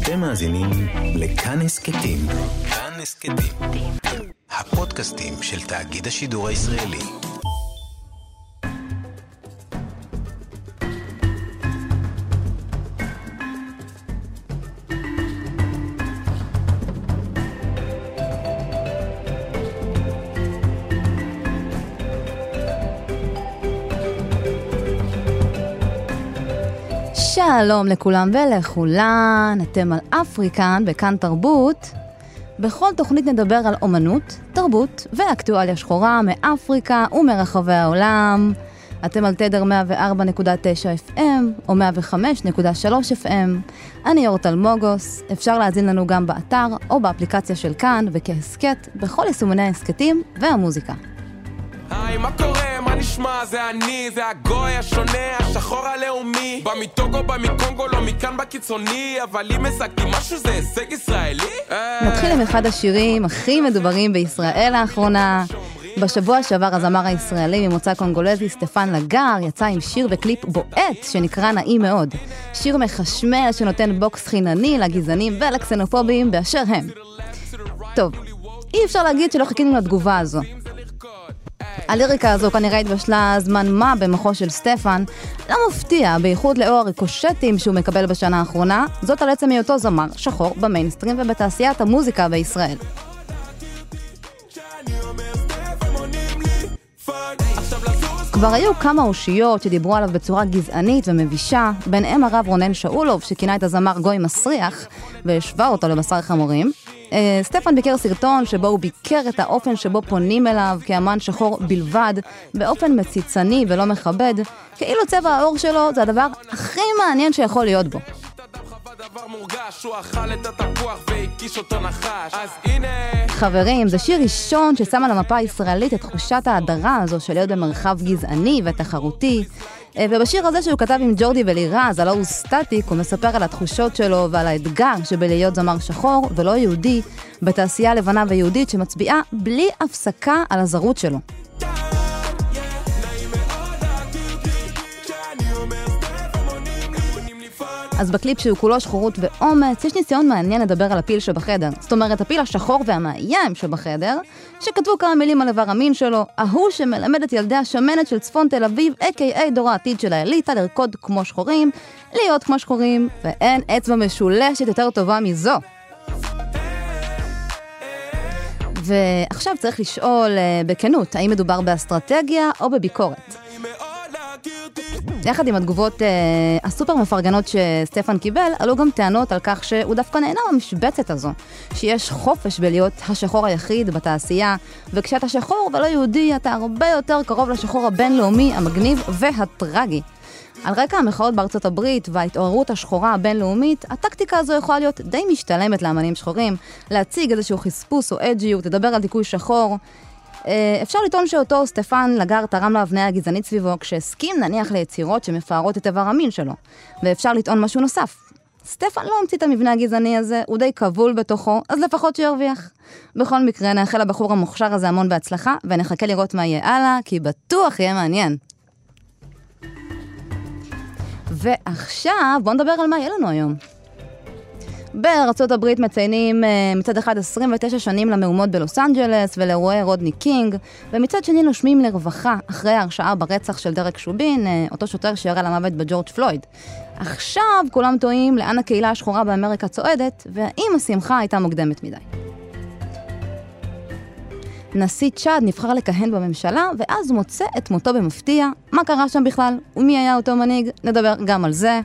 אתם מאזינים לכאן הסקטים. כאן הסקטים. הפודקאסטים של תאגיד השידור הישראלי. שלום לכולם ולכולן, אתם על אפריקן בכאן תרבות. בכל תוכנית נדבר על אומנות, תרבות ואקטואליה שחורה מאפריקה ומרחבי העולם. אתם על תדר 104.9 FM או 105.3 FM. אני אורטל מוגוס, אפשר להזין לנו גם באתר או באפליקציה של כאן וכהסקט בכל יישומוני ההסקטים והמוזיקה. היי, מה קורה? מה נשמע? זה אני, זה הגוי השונה, השחור הלאומי. בא מטוגו, בא מקונגו, לא מכאן בקיצוני, אבל אם השגתי משהו זה הישג ישראלי? נתחיל עם אחד השירים הכי מדוברים בישראל האחרונה. בשבוע שעבר הזמר הישראלי ממוצא קונגולזי סטפן לגר יצא עם שיר וקליפ בועט שנקרא נעים מאוד. שיר מחשמל שנותן בוקס חינני לגזענים ולקסנופובים באשר הם. טוב, אי אפשר להגיד שלא חיכינו לתגובה הזו. הליריקה הזו כנראה התבשלה זמן מה במוחו של סטפן, לא מפתיע, בייחוד לאור הריקושטים שהוא מקבל בשנה האחרונה, זאת על עצם היותו זמר שחור במיינסטרים ובתעשיית המוזיקה בישראל. כבר היו כמה אושיות שדיברו עליו בצורה גזענית ומבישה, ביניהם הרב רונן שאולוב שכינה את הזמר גוי מסריח והשווה אותו לבשר חמורים. סטפן ביקר סרטון שבו הוא ביקר את האופן שבו פונים אליו כאמן שחור בלבד, באופן מציצני ולא מכבד, כאילו צבע העור שלו זה הדבר הכי מעניין שיכול להיות בו. חברים, זה שיר ראשון ששם על המפה הישראלית את תחושת ההדרה הזו של להיות במרחב גזעני ותחרותי, ובשיר הזה שהוא כתב עם ג'ורדי ולירז, הלא הוא סטטיק, הוא מספר על התחושות שלו ועל האתגר שבלהיות זמר שחור ולא יהודי, בתעשייה לבנה ויהודית שמצביעה בלי הפסקה על הזרות שלו. אז בקליפ שהוא כולו שחורות ואומץ, יש ניסיון מעניין לדבר על הפיל שבחדר. זאת אומרת, הפיל השחור והמאיים שבחדר, שכתבו כמה מילים על איבר המין שלו, ההוא שמלמד את ילדי השמנת של צפון תל אביב, a.k.a. דור העתיד של האליטה, לרקוד כמו שחורים, להיות כמו שחורים, ואין אצבע משולשת יותר טובה מזו. ועכשיו צריך לשאול בכנות, האם מדובר באסטרטגיה או בביקורת? יחד עם התגובות הסופר מפרגנות שסטפן קיבל, עלו גם טענות על כך שהוא דווקא נהנה מהמשבצת הזו, שיש חופש בלהיות השחור היחיד בתעשייה, וכשאתה שחור ולא יהודי, אתה הרבה יותר קרוב לשחור הבינלאומי, המגניב והטרגי. על רקע המחאות בארצות הברית וההתעוררות השחורה הבינלאומית, הטקטיקה הזו יכולה להיות די משתלמת לאמנים שחורים, להציג איזשהו חספוס או אג'יות, לדבר על דיכוי שחור. אפשר לטעון שאותו סטפן לגר תרם להבניה הגזענית סביבו כשהסכים נניח ליצירות שמפארות את איבר המין שלו, ואפשר לטעון משהו נוסף. סטפן לא המציא את המבנה הגזעני הזה, הוא די כבול בתוכו, אז לפחות שירוויח. בכל מקרה נאחל לבחור המוכשר הזה המון בהצלחה, ונחכה לראות מה יהיה הלאה, כי בטוח יהיה מעניין. ועכשיו בואו נדבר על מה יהיה לנו היום. בארצות הברית מציינים מצד אחד 29 שנים למהומות בלוס אנג'לס ולאירועי רודני קינג, ומצד שני נושמים לרווחה אחרי ההרשעה ברצח של דרק שובין, אותו שוטר שירה למוות בג'ורג' פלויד. עכשיו כולם טועים לאן הקהילה השחורה באמריקה צועדת, והאם השמחה הייתה מוקדמת מדי. נשיא צ'אד נבחר לכהן בממשלה, ואז מוצא את מותו במפתיע. מה קרה שם בכלל? ומי היה אותו מנהיג? נדבר גם על זה.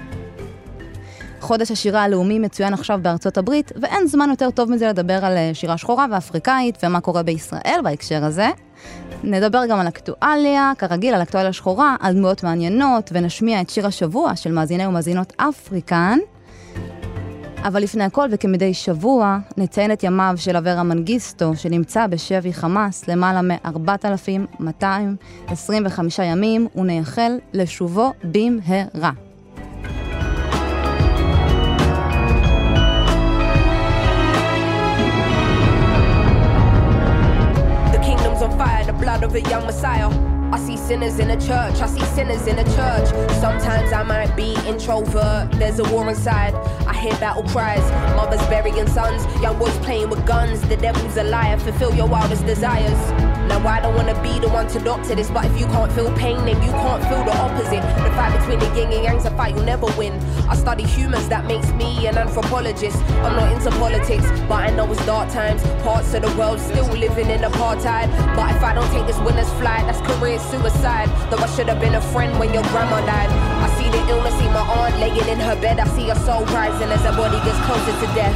חודש השירה הלאומי מצוין עכשיו בארצות הברית, ואין זמן יותר טוב מזה לדבר על שירה שחורה ואפריקאית, ומה קורה בישראל בהקשר הזה. נדבר גם על אקטואליה, כרגיל על אקטואליה שחורה, על דמויות מעניינות, ונשמיע את שיר השבוע של מאזיני ומאזינות אפריקן. אבל לפני הכל וכמדי שבוע, נציין את ימיו של אברה מנגיסטו, שנמצא בשבי חמאס למעלה מ-4,225 ימים, ונייחל לשובו במהרה. Of a young Messiah. I see sinners in a church, I see sinners in a church. Sometimes I might be introvert, there's a war inside. I hear battle cries. Mothers burying sons, young boys playing with guns. The devil's a liar, fulfill your wildest desires. Now I don't wanna be the one to doctor this, but if you can't feel pain, then you can't feel the opposite. The fight between the yin and yang's a fight you'll never win. I study humans, that makes me an anthropologist. I'm not into politics, but I know it's dark times. Parts of the world still living in apartheid. But if I don't take this winner's flight, that's career suicide. Though I should have been a friend when your grandma died. I see the illness, see my aunt laying in her bed. I see her soul rising as her body gets closer to death.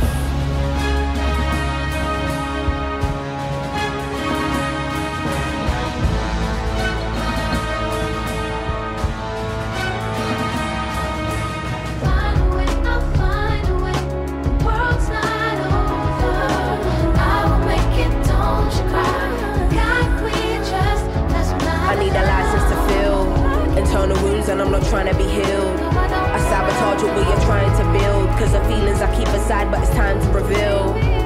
And I'm not trying to be healed. I sabotage what you're trying to build, cause the feelings I keep aside, but it's time to reveal.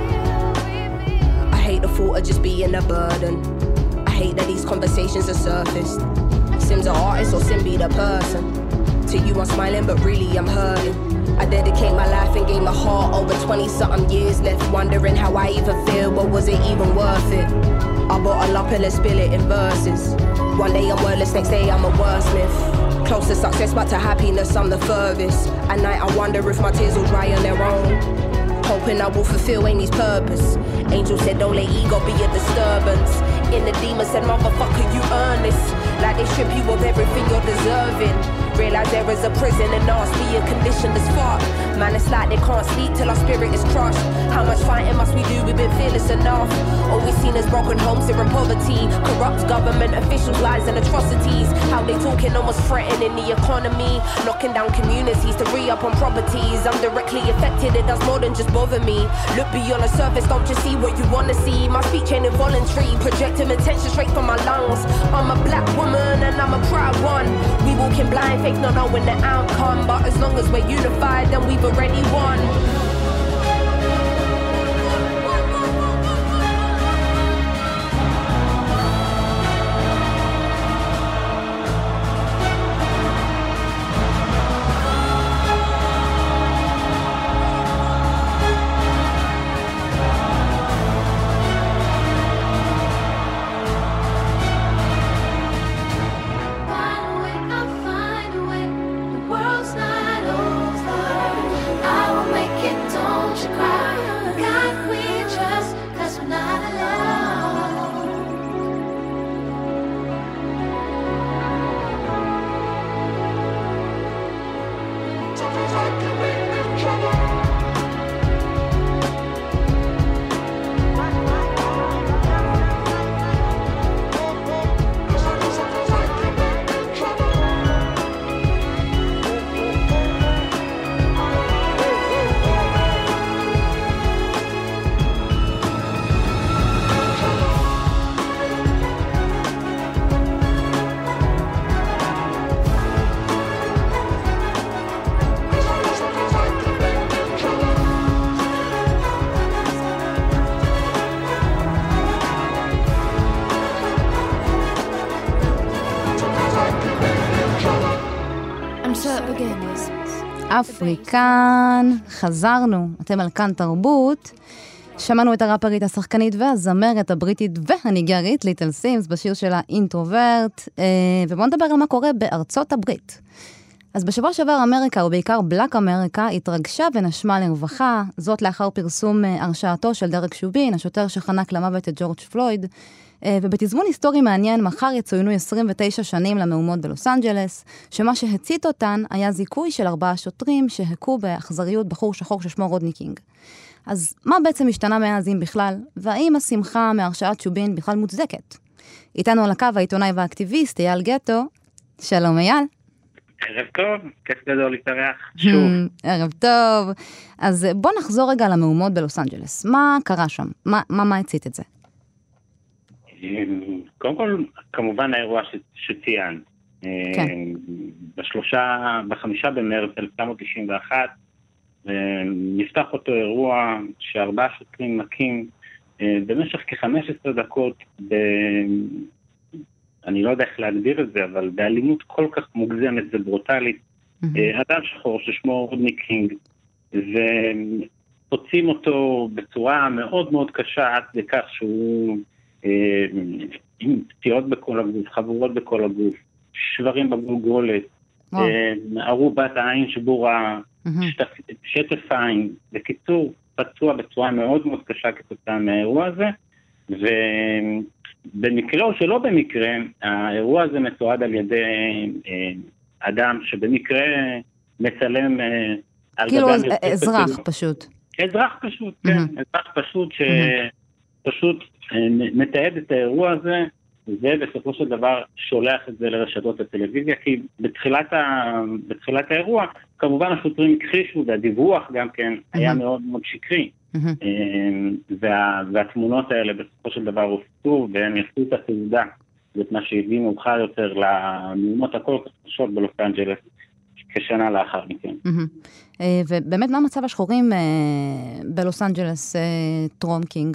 I hate the thought of just being a burden. I hate that these conversations are surfaced. Sim's an artist or Sim be the person. To you I'm smiling but really I'm hurting. I dedicate my life and gave my heart over 20-something years, left wondering how I even feel, but was it even worth it? I bottle up and let's spill it in verses. One day I'm wordless, next day I'm a wordsmith. Close to success, but to happiness I'm the furthest. At night I wonder if my tears will dry on their own. Hoping I will fulfill Amy's purpose. Angel said don't let ego be a disturbance. In the demon said motherfucker you earn this. Like they strip you of everything you're deserving. Realize there is a prison and ask me a condition that's fucked. Man, it's like they can't sleep till our spirit is crushed. How much fighting must we do? We've been fearless enough. All we've seen is broken homes here in poverty. Corrupt government officials, lies and atrocities. How they talking almost threatening the economy. Knocking down communities to re-up on properties. I'm directly affected, it does more than just bother me. Look beyond the surface, don't just see what you wanna see. My speech ain't involuntary, projecting attention straight from my lungs. I'm a black woman and I'm a proud one. We walking blind, faith not knowing the outcome. But as long as we're unified, then we've already won. אפריקן, חזרנו, אתם על כאן תרבות, שמענו את הראפרית השחקנית והזמרת הבריטית והניגרית ליטל סימס בשיר שלה אינטרוברט, ובואו נדבר על מה קורה בארצות הברית. אז בשבוע שעבר אמריקה, ובעיקר בלק אמריקה, התרגשה ונשמה לרווחה, זאת לאחר פרסום הרשעתו של דרק שובין, השוטר שחנק למוות את ג'ורג' פלויד, ובתזמון היסטורי מעניין, מחר יצוינו 29 שנים למהומות בלוס אנג'לס, שמה שהצית אותן היה זיכוי של 4 שוטרים שהכו באכזריות בחור שחור ששמו רודני קינג. אז מה בעצם השתנה מאז אם בכלל, והאם השמחה מהרשעת שובין בכלל מוצדקת? איתנו על הקו העיתונאי והאקטיביסט אייל גטו. שלום אייל. ערב טוב, כיף גדול להתארח שוב. ערב טוב. אז בוא נחזור רגע למהומות בלוס אנג'לס. מה קרה שם? מה הצית את זה? קודם כל, כמובן האירוע שציין. ב5 במרץ 1991, נפתח אותו אירוע ש4 שוטרים מכים במשך כ-15 דקות, אני לא יודע איך להגדיר את זה, אבל באלימות כל כך מוגזמת וברוטלית, אדם שחור ששמו רודני קינג, ופוצעים אותו בצורה מאוד מאוד קשה, עד לכך שהוא עם פציעות בכל הגוף, חבורות בכל הגוף, שברים בגולגולת, ערובת העין שבורה, שטף עין, בקיצור, פצוע בצורה מאוד מאוד קשה כתוצאה מהאירוע הזה, ובמקרה או שלא במקרה, האירוע הזה מתועד על ידי אדם שבמקרה מצלם על כאילו אזרח פשוט. אזרח פשוט, כן, אזרח פשוט שפשוט מתעד את האירוע הזה, ובסופו של דבר שולח את זה לרשתות הטלוויזיה, כי בתחילת האירוע, כמובן השוטרים הכחישו, והדיווח גם כן היה מאוד מאוד שקרי. והתמונות האלה בסופו של דבר הופצו, והם יעשו את התעודה, ואת מה שהביא מאוחר יותר למהומות הכל כך קשות בלוס אנג'לס, כשנה לאחר מכן. ובאמת מה מצב השחורים בלוס אנג'לס, טרום קינג?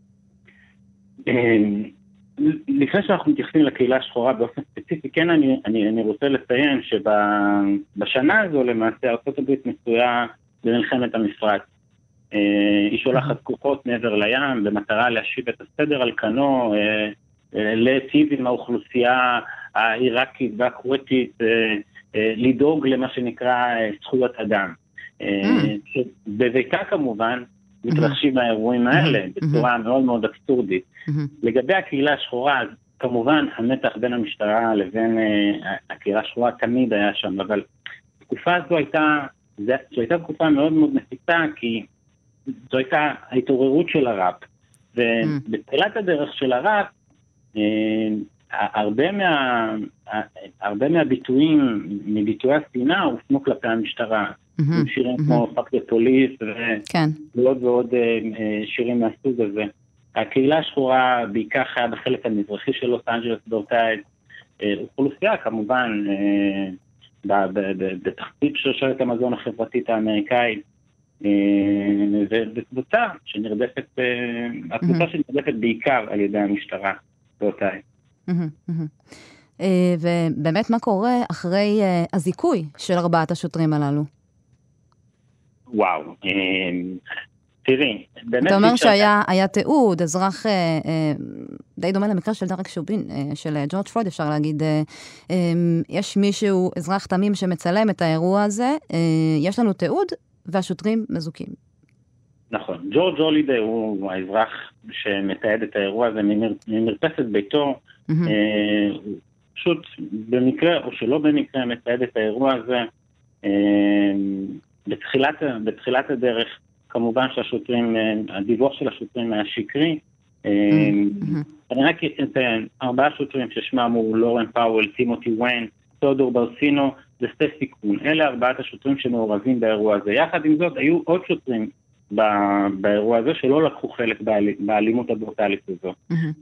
לפני שאנחנו מתייחסים לקהילה השחורה באופן ספציפי, כן אני רוצה לציין שבשנה הזו למעשה ארצות הברית מצויה במלחמת המפרץ. היא שולחת כוחות מעבר לים במטרה להשיב את הסדר על כנו, להיטיב עם האוכלוסייה העיראקית והכוויתית, לדאוג למה שנקרא זכויות אדם. בביתה כמובן מתרחשים האירועים האלה בצורה מאוד מאוד אבסורדית. לגבי הקהילה השחורה, כמובן המתח בין המשטרה לבין הקהילה השחורה תמיד היה שם, אבל התקופה הזו הייתה תקופה מאוד מאוד נפיצה, כי זו הייתה ההתעוררות של הראפ. ובתחילת הדרך של הראפ, הרבה מהביטויים, מביטויי השנאה, הופנו כלפי המשטרה. שירים כמו פאק דה פוליס, ועוד ועוד שירים מהסוג הזה. הקהילה השחורה בעיקר חיה בחלק המזרחי של לוס אנג'לס באותה אוכלוסייה, כמובן בתחתית שרשרת המזון החברתית האמריקאית, ובקבוצה שנרדפת, הקבוצה שנרדפת בעיקר על ידי המשטרה באותה. ובאמת מה קורה אחרי הזיכוי של 4 השוטרים הללו? וואו, תראי, באמת... אתה אומר שהיה תיעוד, אזרח די דומה למקרה של דרק שובין, של ג'ורג' פלויד, אפשר להגיד, יש מישהו, אזרח תמים שמצלם את האירוע הזה, יש לנו תיעוד, והשוטרים מזוכים. נכון, ג'ורג' הולידיי הוא האזרח שמתעד את האירוע הזה ממרפסת ביתו, פשוט במקרה או שלא במקרה מתעד את האירוע הזה, בתחילת הדרך, כמובן שהשוטרים, הדיווח של השוטרים היה שקרי. אני רק אציין, 4 שוטרים ששמם הוא לורן פאוול, טימותי ויין, תיאודור ברסינו וסטפי קון. אלה 4 השוטרים שמעורבים באירוע הזה. יחד עם זאת, היו עוד שוטרים באירוע הזה שלא לקחו חלק באלימות הברוטלית הזו.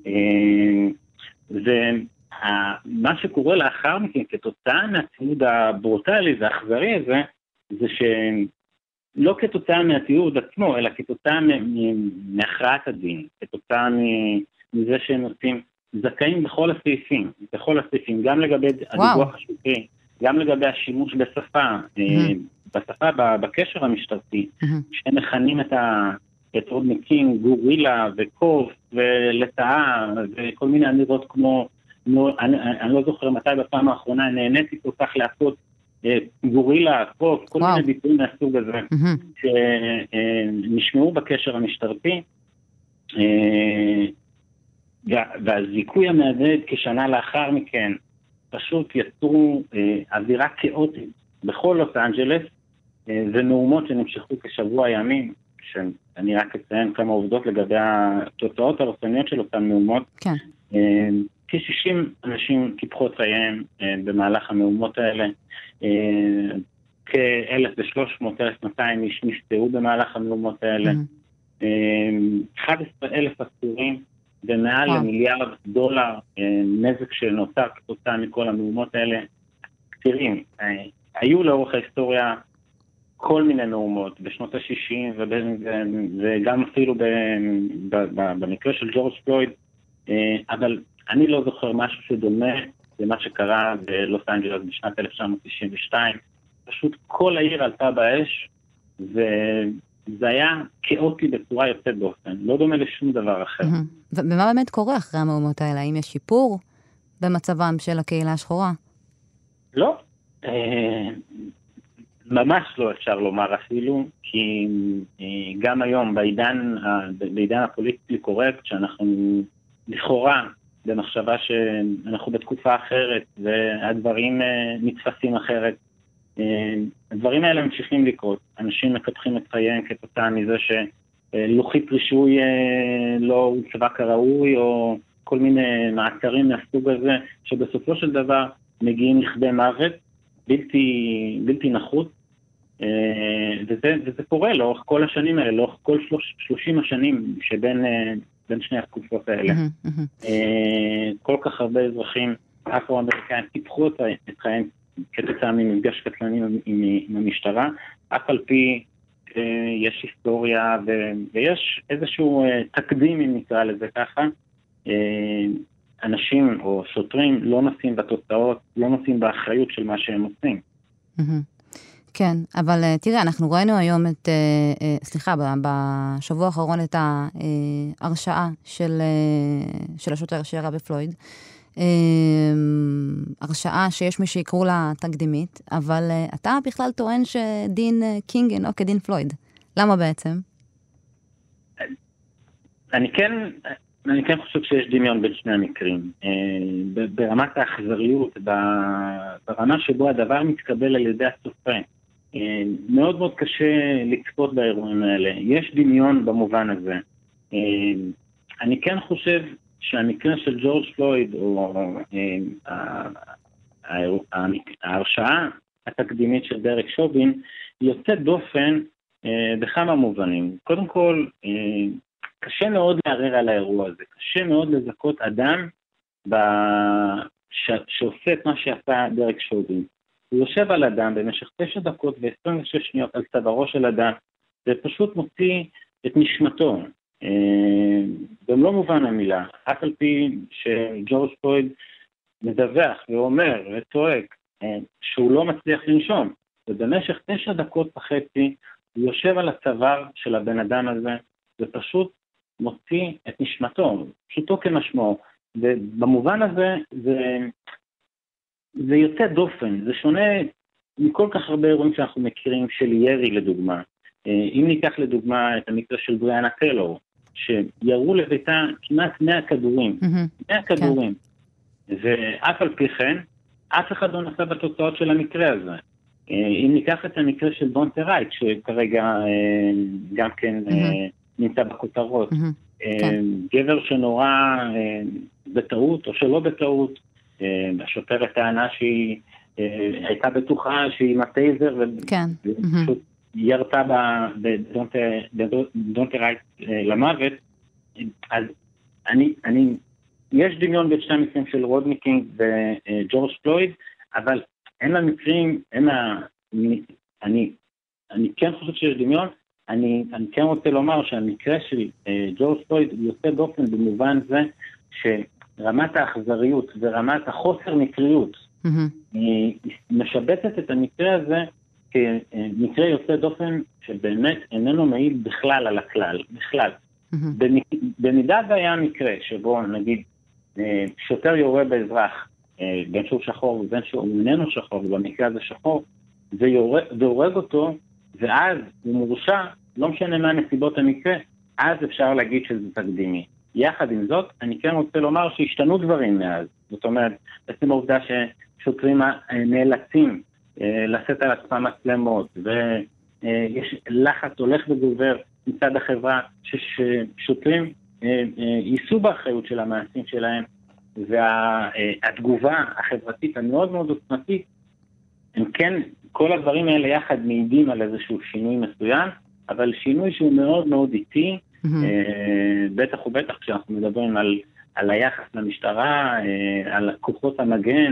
ומה שקורה לאחר מכן, כתוצאה מהתיעוד הברוטלי והאכזרי הזה, זה שלא כתוצאה מהתיעוד עצמו, אלא כתוצאה מהכרעת הדין, כתוצאה מזה שהם עושים זכאים בכל הסעיפים, גם לגבי הדיווח השוטרי, גם לגבי השימוש בשפה, בקשר המשטרתי, שהם מכנים את רודניקים, גורילה וקוף ולטאה, וכל מיני אמירות כמו, אני לא זוכר מתי בפעם האחרונה נהניתי כל כך להפות גורילה, קוף, כל מיני ביטויים מהסוג הזה, שנשמעו בקשר המשטרתי, והזיכוי המהדהד כשנה לאחר מכן, פשוט יצרו אווירה כאוטית בכל לוס אנג'לס, ומהומות שנמשכו כשבוע ימים, שאני רק אציין כמה עובדות לגבי התוצאות הרסניות של אותן מהומות. כן. כ-60 אנשים קיפחו את חייהם במהלך המהומות האלה, כ-1,300-1,200 איש נפצעו במהלך המהומות האלה, 11,000 אסורים, ומעל למיליארד דולר נזק שנוצר כתוצאה מכל המהומות האלה. קצירים, היו לאורך ההיסטוריה כל מיני מהומות, בשנות ה-60, וגם אפילו במקרה של ג'ורג' פלויד, אבל אני לא זוכר משהו שדומה למה שקרה בלוס אנג'לס בשנת 1992. פשוט כל העיר עלתה באש, וזה היה כאוטי בצורה יוצאת באופן, לא דומה לשום דבר אחר. ומה באמת קורה אחרי המהומות האלה? האם יש שיפור במצבם של הקהילה השחורה? לא, ממש לא אפשר לומר אפילו, כי גם היום בעידן הפוליטי קורקט, שאנחנו לכאורה במחשבה שאנחנו בתקופה אחרת והדברים נתפסים אחרת, הדברים האלה ממשיכים לקרות. אנשים מקפחים את חייהם כתוצאה מזה שלוחית רישוי לא הוצבה כראוי, או כל מיני מעצרים מהסוג הזה, שבסופו של דבר מגיעים לכדי מוות בלתי נחות, וזה קורה לאורך כל השנים האלה, לאורך כל 30 השנים שבין שני התקופות האלה. כל כך הרבה אזרחים אפרו-אמריקאים טיפחו את חייהם כתוצאה ממפגש קטלני עם המשטרה, אף על פי יש היסטוריה ויש איזשהו תקדים, אם נקרא לזה ככה, אנשים או שוטרים לא נושאים בתוצאות, לא נושאים באחריות של מה שהם עושים. כן, אבל תראה, אנחנו ראינו היום בשבוע האחרון את ההרשעה של השוטר שרבי פלויד, הרשעה שיש מי שיקראו לה תקדימית, אבל אתה בכלל טוען שדין קינג אינו כדין פלויד. למה בעצם? אני כן חושב שיש דמיון בין שני המקרים. ברמת האכזריות, ברמה שבו הדבר מתקבל על ידי הצופה, מאוד מאוד קשה לצפות באירועים האלה. יש דמיון במובן הזה. אני כן חושב שהמקרה של ג'ורג' פלויד, או ההרשעה התקדימית של דרק שובין, יוצאת דופן בכמה מובנים. קודם כל, קשה מאוד לערער על האירוע הזה, קשה מאוד לזכות אדם שעושה את מה שעשה דרק שובין. הוא יושב על אדם במשך 9 דקות ו-26 שניות על צווארו של אדם, ופשוט מוציא את נשמתו. במלוא מובן המילה, אף על פי שג'ורג' פלויד מדווח ואומר וצועק שהוא לא מצליח לנשום, ובמשך 9 דקות וחצי הוא יושב על הצוואר של הבן אדם הזה, ופשוט מוציא את נשמתו, פשוטו כמשמעו. ובמובן הזה זה יוצא דופן, זה שונה מכל כך הרבה אירועים שאנחנו מכירים של ירי לדוגמה. אם ניקח לדוגמה את המקרה של בריאנה טיילור, שירו לביתה כמעט 100 כדורים, 100 כדורים, ואף על פי כן, אף אחד לא נשא בתוצאות של המקרה הזה. אם ניקח את המקרה של דונטה רייט, שכרגע גם כן נמצא בכותרות, גבר שנורא בטעות או שלא בטעות, השוטרת טענה שהיא הייתה בטוחה שהיא עם הטייזר, ופשוט ירתה בדונטה רייט למוות. אז יש דמיון בין שני המקרים של רודני קינג וג'ורג' פלויד, אבל אין למקרים, אני כן חושב שיש דמיון. אני כן רוצה לומר שהמקרה של ג'ורג' פלויד יוצא באופן במובן זה שרמת האכזריות ורמת החוסר מקריות היא משבצת את המקרה הזה כמקרה יוצא דופן שבאמת איננו מעיד בכלל על הכלל, בכלל. במידה והיה מקרה שבו נגיד שוטר יורה באזרח, בין שהוא שחור ובין שהוא איננו שחור, ובמקרה הזה שחור, והורג אותו, ואז הוא מורשע, לא משנה מה נסיבות המקרה, אז אפשר להגיד שזה תקדימי. יחד עם זאת, אני כן רוצה לומר שהשתנו דברים מאז. זאת אומרת, בעצם העובדה ששוטרים נאלצים לשאת על עצמם מצלמות, ויש לחץ הולך וגובר מצד החברה, ששוטרים יישאו באחריות של המעשים שלהם, והתגובה החברתית המאוד מאוד עוצמתית, הם כן, כל הדברים האלה יחד מעידים על איזשהו שינוי מסוים, אבל שינוי שהוא מאוד מאוד איטי, בטח ובטח כשאנחנו מדברים על היחס למשטרה, על כוחות המגן,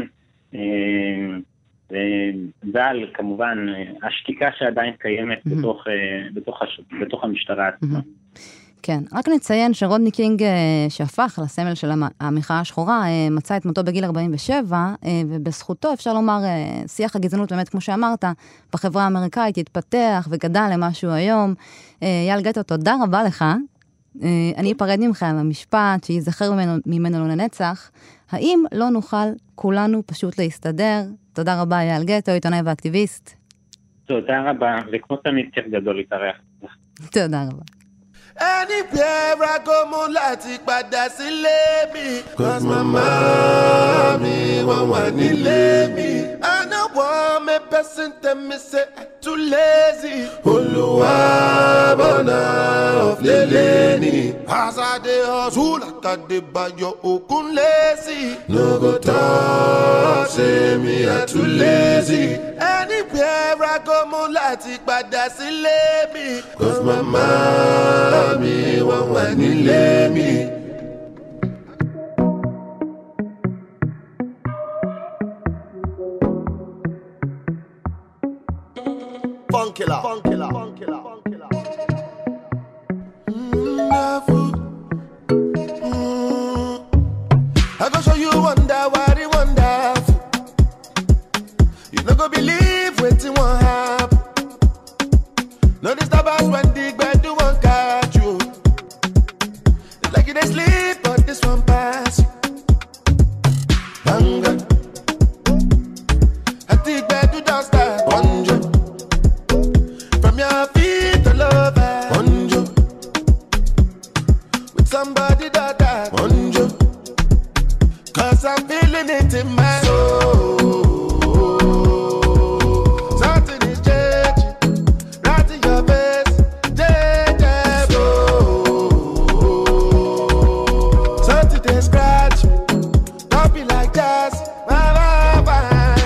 ועל כמובן השתיקה שעדיין קיימת בתוך המשטרה עצמה. כן, רק נציין שרודני קינג, שהפך לסמל של המחאה השחורה, מצא את מותו בגיל 47, ובזכותו אפשר לומר, שיח הגזענות באמת, כמו שאמרת, בחברה האמריקאית התפתח וגדל למשהו היום. יאל גטו, תודה רבה לך. אני אפרד ממך על המשפט שיזכר ממנו לא לנצח. האם לא נוכל כולנו פשוט להסתדר? תודה רבה, יאל גטו, עיתונאי ואקטיביסט. תודה רבה, וכמו תמיד כיף גדול להתארח. תודה רבה. Anywhere I go, mo láti padà sílé mi. 'Cause my mommy won't want me nílé mi. I know one me person tell me say I'm too lazy. Olúwa bọ̀nà of lele ni. As I dey hustle, like I dey bayo okun lazy. No go talk say me I'm too lazy. Anywhere I go, mo láti padà sílé mi. 'Cause my mommy won't want me nílé mi. Funkilla, funkilla, funkilla, funkilla. I go show you wonder what it wonderful. You no go believe wetin wan happen. No disturb us when the gbedu wan catch you. It's like you dey sleep, but this one pass you. Banga. I think gbedu don start. Bonjo. From your feet all over. Bonjo. With somebody that bonjo. 'Cause I'm feeling it in my soul. Something is changing. Right in your face. Something they scratch me. Don't be like that. Bye, bye, bye.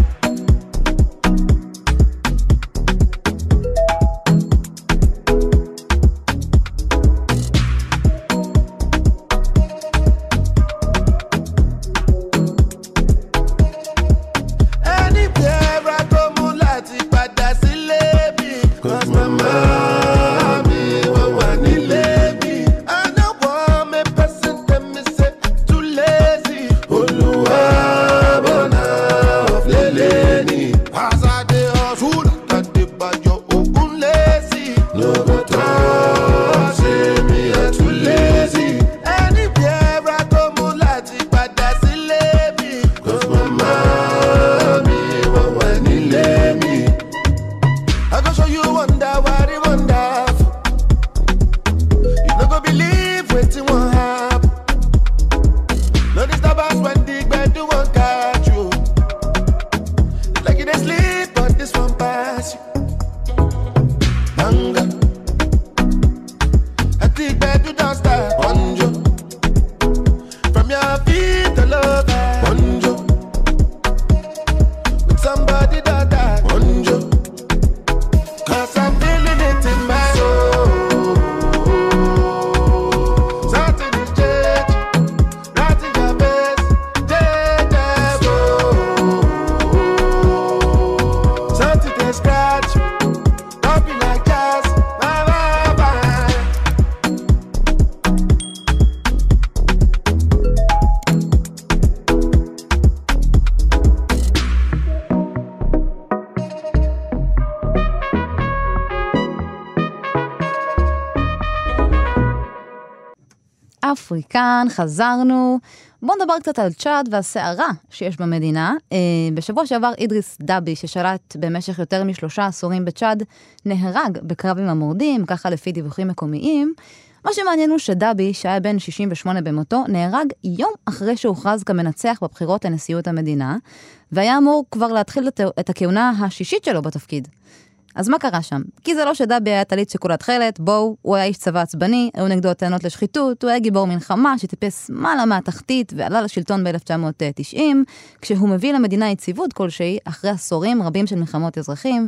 Anywhere I go, mo láti padà sílé mi. 'Cause my mommy won't want me nílé mi. I know one me person tell me say I'm too lazy. Olúwa bọ̀nà of lele ni. As I dey hustle, like I dey bayo okun lazy. No go talk say me I'm too lazy. Anywhere I go, mo láti padà sílé mi. 'Cause my mommy won't want me nílé mi. I go show you wonder what it wonderful. You no go believe wetin wan happen. No disturb us when the gbedu wan catch you. It's like you dey sleep, but this one pass you. Banga. I think gbedu don start. Bonjo. From your feet all over. Bonjo. With somebody that bonjo. 'Cause I'm feeling it in my soul. Something is changing. Right in your face. Something they scratch me. Don't be like that. Bye, bye, bye. אפריקן, חזרנו. בואו נדבר קצת על צ'אד והסערה שיש במדינה. בשבוע שעבר אידריס דאבי, ששלט במשך יותר מ3 עשורים בצ'אד, נהרג בקרב עם המורדים, ככה לפי דיווחים מקומיים. מה שמעניין הוא שדאבי, שהיה בן 68 במותו, נהרג יום אחרי שהוכרז כמנצח בבחירות לנשיאות המדינה, והיה אמור כבר להתחיל את הכהונה השישית שלו בתפקיד. אז מה קרה שם? כי זה לא שדאבי היה טלית שכולה תכלת, בואו, הוא היה איש צבא עצבני, היו נגדו טענות לשחיתות, הוא היה גיבור מלחמה שטיפס מעלה מהתחתית ועלה לשלטון ב-1990, כשהוא מביא למדינה יציבות כלשהי אחרי עשורים רבים של מלחמות אזרחים.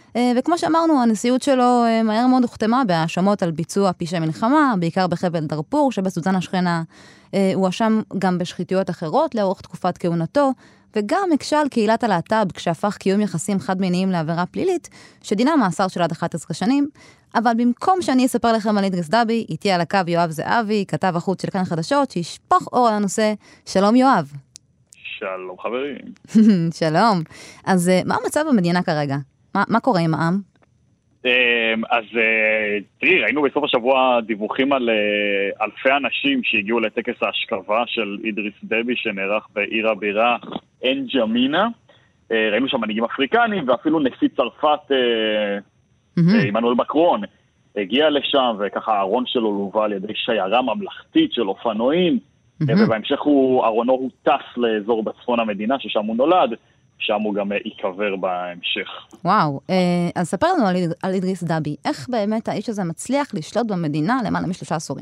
וכמו שאמרנו, הנשיאות שלו מהר מאוד הוכתמה בהאשמות על ביצוע פשעי מלחמה, בעיקר בחבל דארפור שבסודאן השכנה. הוא אשם גם בשחיתויות אחרות לאורך תקופת כהונתו, וגם הקשה על קהילת הלהט"ב כשהפך קיום יחסים חד-מיניים לעבירה פלילית, שדינה מאסר של עד 11 שנים. אבל במקום שאני אספר לכם על אידריס דבי, איתי על הקו יואב זהבי, כתב החוץ של כאן חדשות, שישפוך אור על הנושא. שלום יואב. שלום חברים. שלום. אז מה המצב במדינה כרגע? מה קורה עם העם? אז תראי, ראינו בסוף השבוע דיווחים על אלפי אנשים שהגיעו לטקס ההשכבה של אידריס דבי שנערך בעיר הבירה אנג'מינה. ראינו שם מנהיגים אפריקנים ואפילו נשיא צרפת עמנואל מקרון הגיע לשם, וככה הארון שלו לובה על ידי שיירה ממלכתית של אופנועים, ובהמשך ארונו הוא טס לאזור בצפון המדינה ששם הוא נולד, שם הוא גם ייקבר בהמשך. וואו, אז ספר לנו על אידריס דבי, איך באמת האיש הזה מצליח לשלוט במדינה למעלה מ3 עשורים?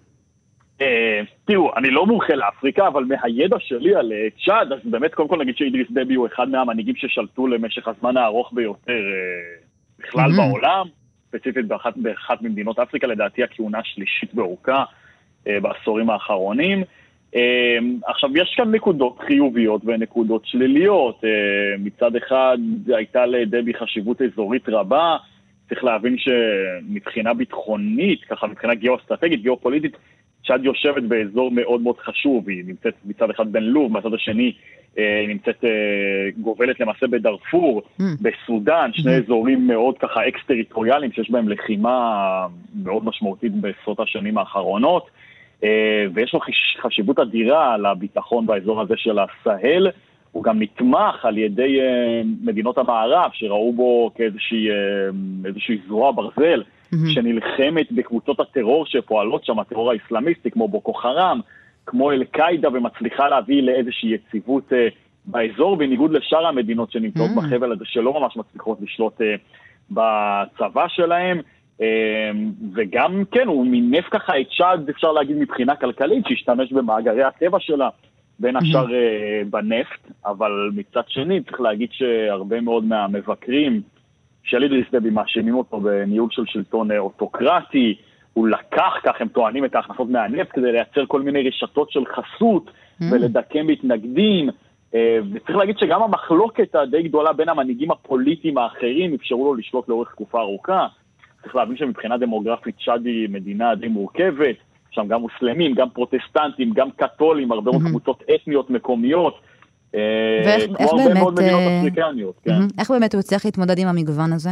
תראו, אני לא מומחה לאפריקה, אבל מהידע שלי על צ'אד, אז באמת קודם כל נגיד שאידריס דבי הוא אחד מהמנהיגים ששלטו למשך הזמן הארוך ביותר בכלל בעולם, ספציפית באחת ממדינות אפריקה, לדעתי הכהונה השלישית באורכה בעשורים האחרונים. עכשיו, יש כאן נקודות חיוביות ונקודות שליליות. מצד אחד הייתה לדבי חשיבות אזורית רבה, צריך להבין שמבחינה ביטחונית, ככה מבחינה גיאו-אסטרטגית, גיאו-פוליטית, צ'אד יושבת באזור מאוד מאוד חשוב, היא נמצאת מצד אחד בין לוב, מצד השני היא נמצאת גובלת למעשה בדארפור, בסודן, שני אזורים מאוד ככה אקס-טריטוריאליים, שיש בהם לחימה מאוד משמעותית בעשרות השנים האחרונות, ויש לו חשיבות אדירה לביטחון באזור הזה של הסהל. הוא גם נתמך על ידי מדינות המערב שראו בו כאיזושהי זרוע ברזל שנלחמת בקבוצות הטרור שפועלות שם, הטרור האסלאמיסטי כמו בוקו חרם, כמו אל-קאידה, ומצליחה להביא לאיזושהי יציבות באזור, בניגוד לשאר המדינות שנמצאות בחבל הזה שלא ממש מצליחות לשלוט בצבא שלהם. וגם כן, הוא מינף ככה את צ'אד, אפשר להגיד מבחינה כלכלית, שהשתמש במאגרי הטבע שלה, בין השאר בנפט, אבל מצד שני צריך להגיד שהרבה מאוד מהמבקרים של אידריס דבי מאשימים אותו בניהול של שלטון אוטוקרטי. הוא לקח, כך הם טוענים, את ההכנסות מהנפט כדי לייצר כל מיני רשתות של חסות ולדכם מתנגדים, וצריך להגיד שגם המחלוקת הדי גדולה בין המנהיגים הפוליטיים האחרים אפשרו לו לשלוט לאורך תקופה ארוכה. צריך להבין שמבחינה דמוגרפית צ'אד היא מדינה די מורכבת, שם גם מוסלמים, גם פרוטסטנטים, גם קתולים, הרבה מאוד קבוצות אתניות מקומיות, כמו הרבה מאוד מדינות אפריקניות. איך באמת הוא הצליח להתמודד עם המגוון הזה?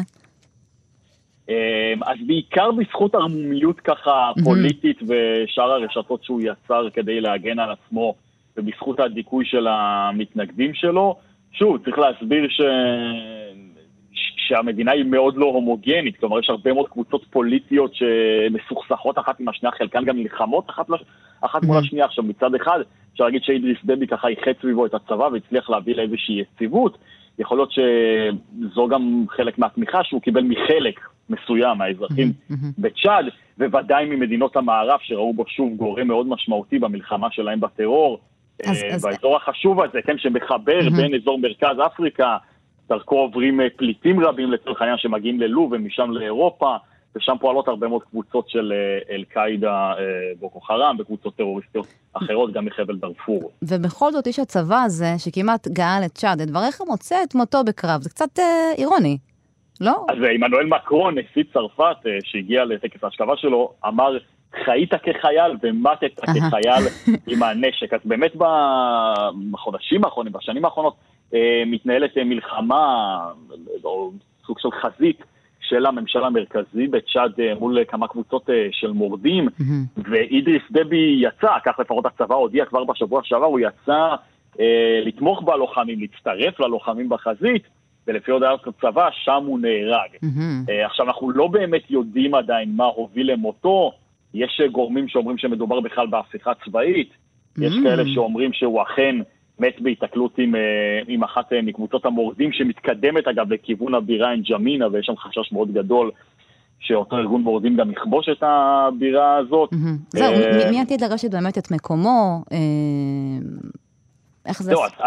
אז בעיקר בזכות הרמומיות ככה פוליטית ושאר הרשתות שהוא יצר כדי להגן על עצמו, ובזכות הדיכוי של המתנגדים שלו. שוב, צריך להסביר שהמדינה היא מאוד לא הומוגנית, כלומר יש הרבה מאוד קבוצות פוליטיות שמסוכסכות אחת עם השנייה, חלקן גם מלחמות אחת מול השנייה. עכשיו מצד אחד, אפשר להגיד שאידריס דבי ככה ייחד סביבו את הצבא והצליח להביא לאיזושהי יציבות, יכול להיות שזו גם חלק מהתמיכה שהוא קיבל מחלק מסוים מהאזרחים בצ'אד, וודאי ממדינות המערב שראו בו שוב גורם מאוד משמעותי במלחמה שלהם בטרור, באזור החשוב הזה, כן, שמחבר בין אזור מרכז אפריקה, דרכו עוברים פליטים רבים לצורך העניין שמגיעים ללוב ומשם לאירופה, ושם פועלות הרבה מאוד קבוצות של אל-קאידה, בוקו חרם, וקבוצות טרוריסטיות אחרות, גם מחבל דארפור. ובכל זאת יש הצבא הזה שכמעט גאל את צ'אד, את דבריך מוצא את מותו בקרב, זה קצת אירוני, לא? אז עמנואל מקרון, נשיא צרפת, שהגיע לטקס ההשכבה שלו, אמר, חיית כחייל ומתת כחייל עם הנשק. אז באמת בחודשים האחרונים, בשנים האחרונות, מתנהלת מלחמה, או סוג של חזית, של הממשל המרכזי בצ'אד מול כמה קבוצות של מורדים, ואידריס דבי יצא, כך לפחות הצבא הודיע כבר בשבוע שעבר, הוא יצא לתמוך בלוחמים, להצטרף ללוחמים בחזית, ולפי הודעת הצבא, שם הוא נהרג. עכשיו, אנחנו לא באמת יודעים עדיין מה הוביל למותו, יש גורמים שאומרים שמדובר בכלל בהפיכה צבאית, יש כאלה שאומרים שהוא אכן מת בהתקלות עם אחת מקבוצות המורדים שמתקדמת אגב לכיוון הבירה אנג'מינה, ויש שם חשש מאוד גדול שאותו ארגון מורדים גם יכבוש את הבירה הזאת. זהו, מי עתיד לרשת באמת את מקומו? איך זה?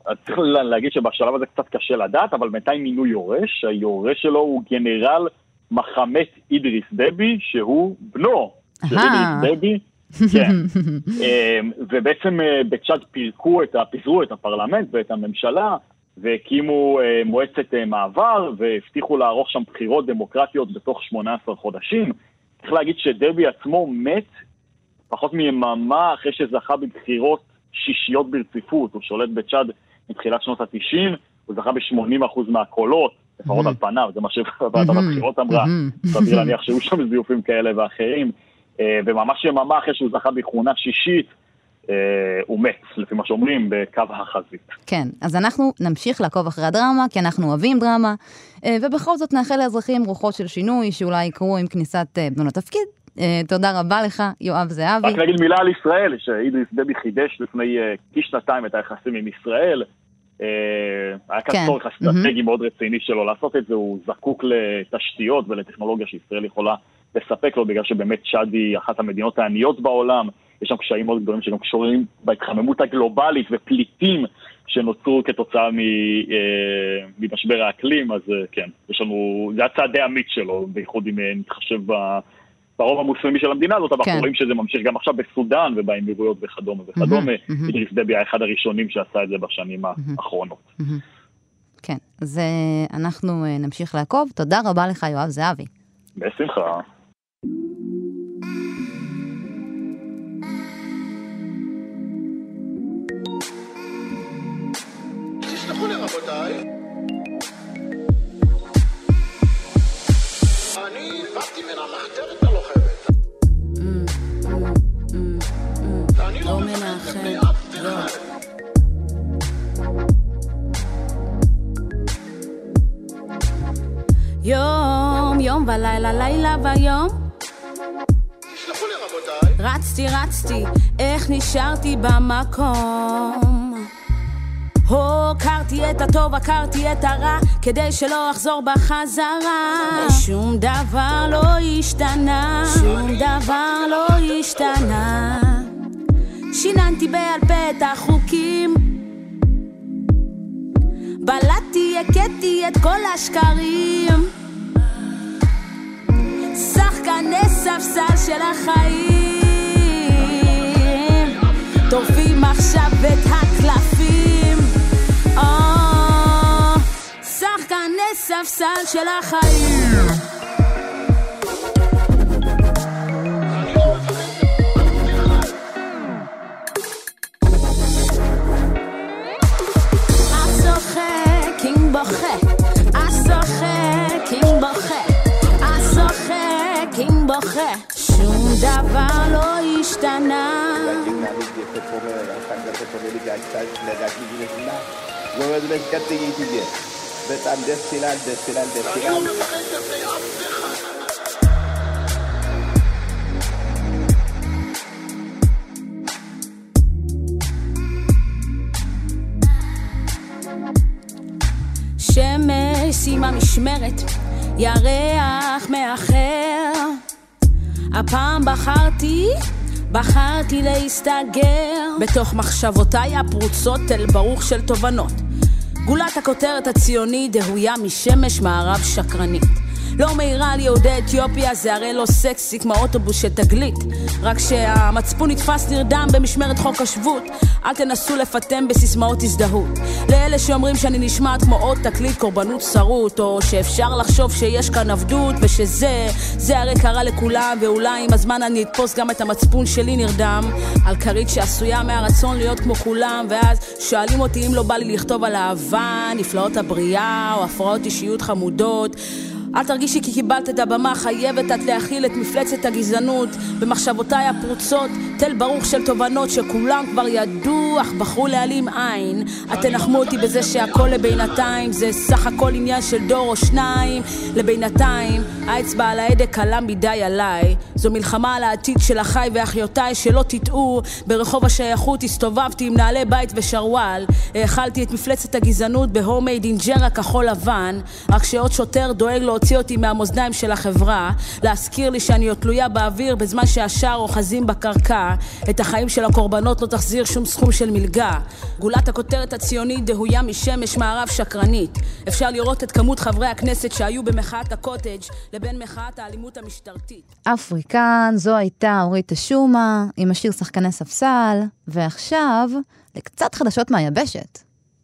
צריך להגיד שבשלב הזה קצת קשה לדעת, אבל בינתיים מינו יורש, היורש שלו הוא גנרל מחמד אידריס דבי, שהוא בנו של אידריס דבי, כן. ובעצם בצ'אד פיזרו את הפרלמנט ואת הממשלה, והקימו מועצת מעבר, והבטיחו לערוך שם בחירות דמוקרטיות בתוך 18 חודשים. צריך להגיד שדבי עצמו מת פחות מיממה אחרי שזכה בבחירות שישיות ברציפות. הוא שולט בצ'אד מתחילת שנות ה-90, הוא זכה ב-80% מהקולות, לפחות על פניו, זה מה שבאת הבחירות אמרה, סביר להניח שהיו שם זיופים כאלה ואחרים, וממש יממה אחרי שהוא זכה בכהונה שישית, הוא מת, לפי מה שאומרים, בקו החזית. כן, אז אנחנו נמשיך לעקוב אחרי הדרמה, כי אנחנו אוהבים דרמה, ובכל זאת נאחל לאזרחים רוחות של שינוי, שאולי יקרו עם כניסת בנו לתפקיד. תודה רבה לך, יואב זהבי. רק נגיד מילה על ישראל, שאידריס דבי חידש לפני כשנתיים את היחסים עם ישראל, היה כאן צורך אסטרטגי מאוד רציני שלו לעשות את זה, הוא זקוק לתשתיות ולטכנולוגיה שישראל יכולה לספק לו, בגלל שבאמת צ'אד היא אחת המדינות העניות בעולם, יש שם קשיים מאוד גדולים שגם קשורים בהתחממות הגלובלית ופליטים שנוצרו כתוצאה ממשבר האקלים, אז כן, יש לנו, זה הצעד די אמיץ שלו, בייחוד אם נתחשב ברוב המוסלמי של המדינה הזאת, אבל אנחנו רואים שזה ממשיך גם עכשיו בסודן ובאמירויות וכדומה וכדומה. אידריס דבי היה אחד הראשונים שעשה את זה בשנים האחרונות. כן, אז אנחנו נמשיך לעקוב. תודה רבה לך, יואב זהבי. בשמחה. תסלחו לי רבותיי, אני באתי מן המחתרת הלוחמת. אני לא מפחד מפני אף אחד. יום, יום ולילה, לילה ויום. תסלחו לי רבותיי. רצתי, איך נשארתי במקום. הכרתי את הטוב, הכרתי את הרע, כדי שלא אחזור בחזרה. ושום דבר לא השתנה, שום דבר לא השתנה. שיננתי בעל פה את החוקים, בלעתי, הקטתי את כל השקרים, שחקני ספסל של החיים, טורפים עכשיו את הקלפים, שחקני ספסל של החיים. שום דבר לא השתנה. בטעם דס תילן. אני לא מפחד לפני אף אחד. שמש שימה משמרת, ירח מאחר. הפעם בחרתי להסתגר בתוך מחשבותיי הפרוצות אל ברוך של תובנות. גולת הכותרת הציונית דהויה משמש מערב שקרנית. לא מהירה על יהודי אתיופיה, זה הרי לא סקסי כמו אוטובוס של תגלית, רק שהמצפון נתפס נרדם במשמרת חוק השבות. אל תנסו לפתם בסיסמאות הזדהות לאלה שאומרים שאני נשמעת כמו עוד תקליט קורבנות שרות, או שאפשר לחשוב שיש כאן עבדות ושזה הרי קרה לכולם, ואולי עם הזמן אני אתפוס גם את המצפון שלי נרדם על כרית שעשויה מהרצון להיות כמו כולם, ואז שואלים אותי אם לא בא לי לכתוב על אהבה, נפלאות הבריאה או הפרעות אישיות חמודות. אל תרגישי כי קיבלת את הבמה, חייבת את להכיל את מפלצת הגזענות במחשבותיי הפרוצות, תל ברוך של תובנות שכולם כבר ידעו אך בחרו להעלים עין. את תנחמו אותי בזה שהכל לבינתיים, זה סך הכל עניין של דור או שניים. לבינתיים האצבע על ההדק קלה מדי עליי, זו מלחמה על העתיד של אחיי ואחיותיי, שלא תטעו. ברחוב השייכות הסתובבתי עם נעלי בית ושרוואל, האכלתי את מפלצת הגזענות בהומייד אינג'רה כחול לבן, רק שעוד שוטר דואג לו להוציא אותי מהמאזניים של החברה, להזכיר לי שאני עוד תלויה באוויר בזמן שהשאר אוחזים בקרקע. את החיים של הקורבנות לא תחזיר שום סכום של מלגה. גולת הכותרת הציונית דהויה משמש מערב שקרנית. אפשר לראות את כמות חברי הכנסת שהיו במחאת הקוטג' לבין מחאת האלימות המשטרתית. אפריקן, זו הייתה אורית תשומה עם השיר שחקני ספסל, ועכשיו לקצת חדשות מהיבשת.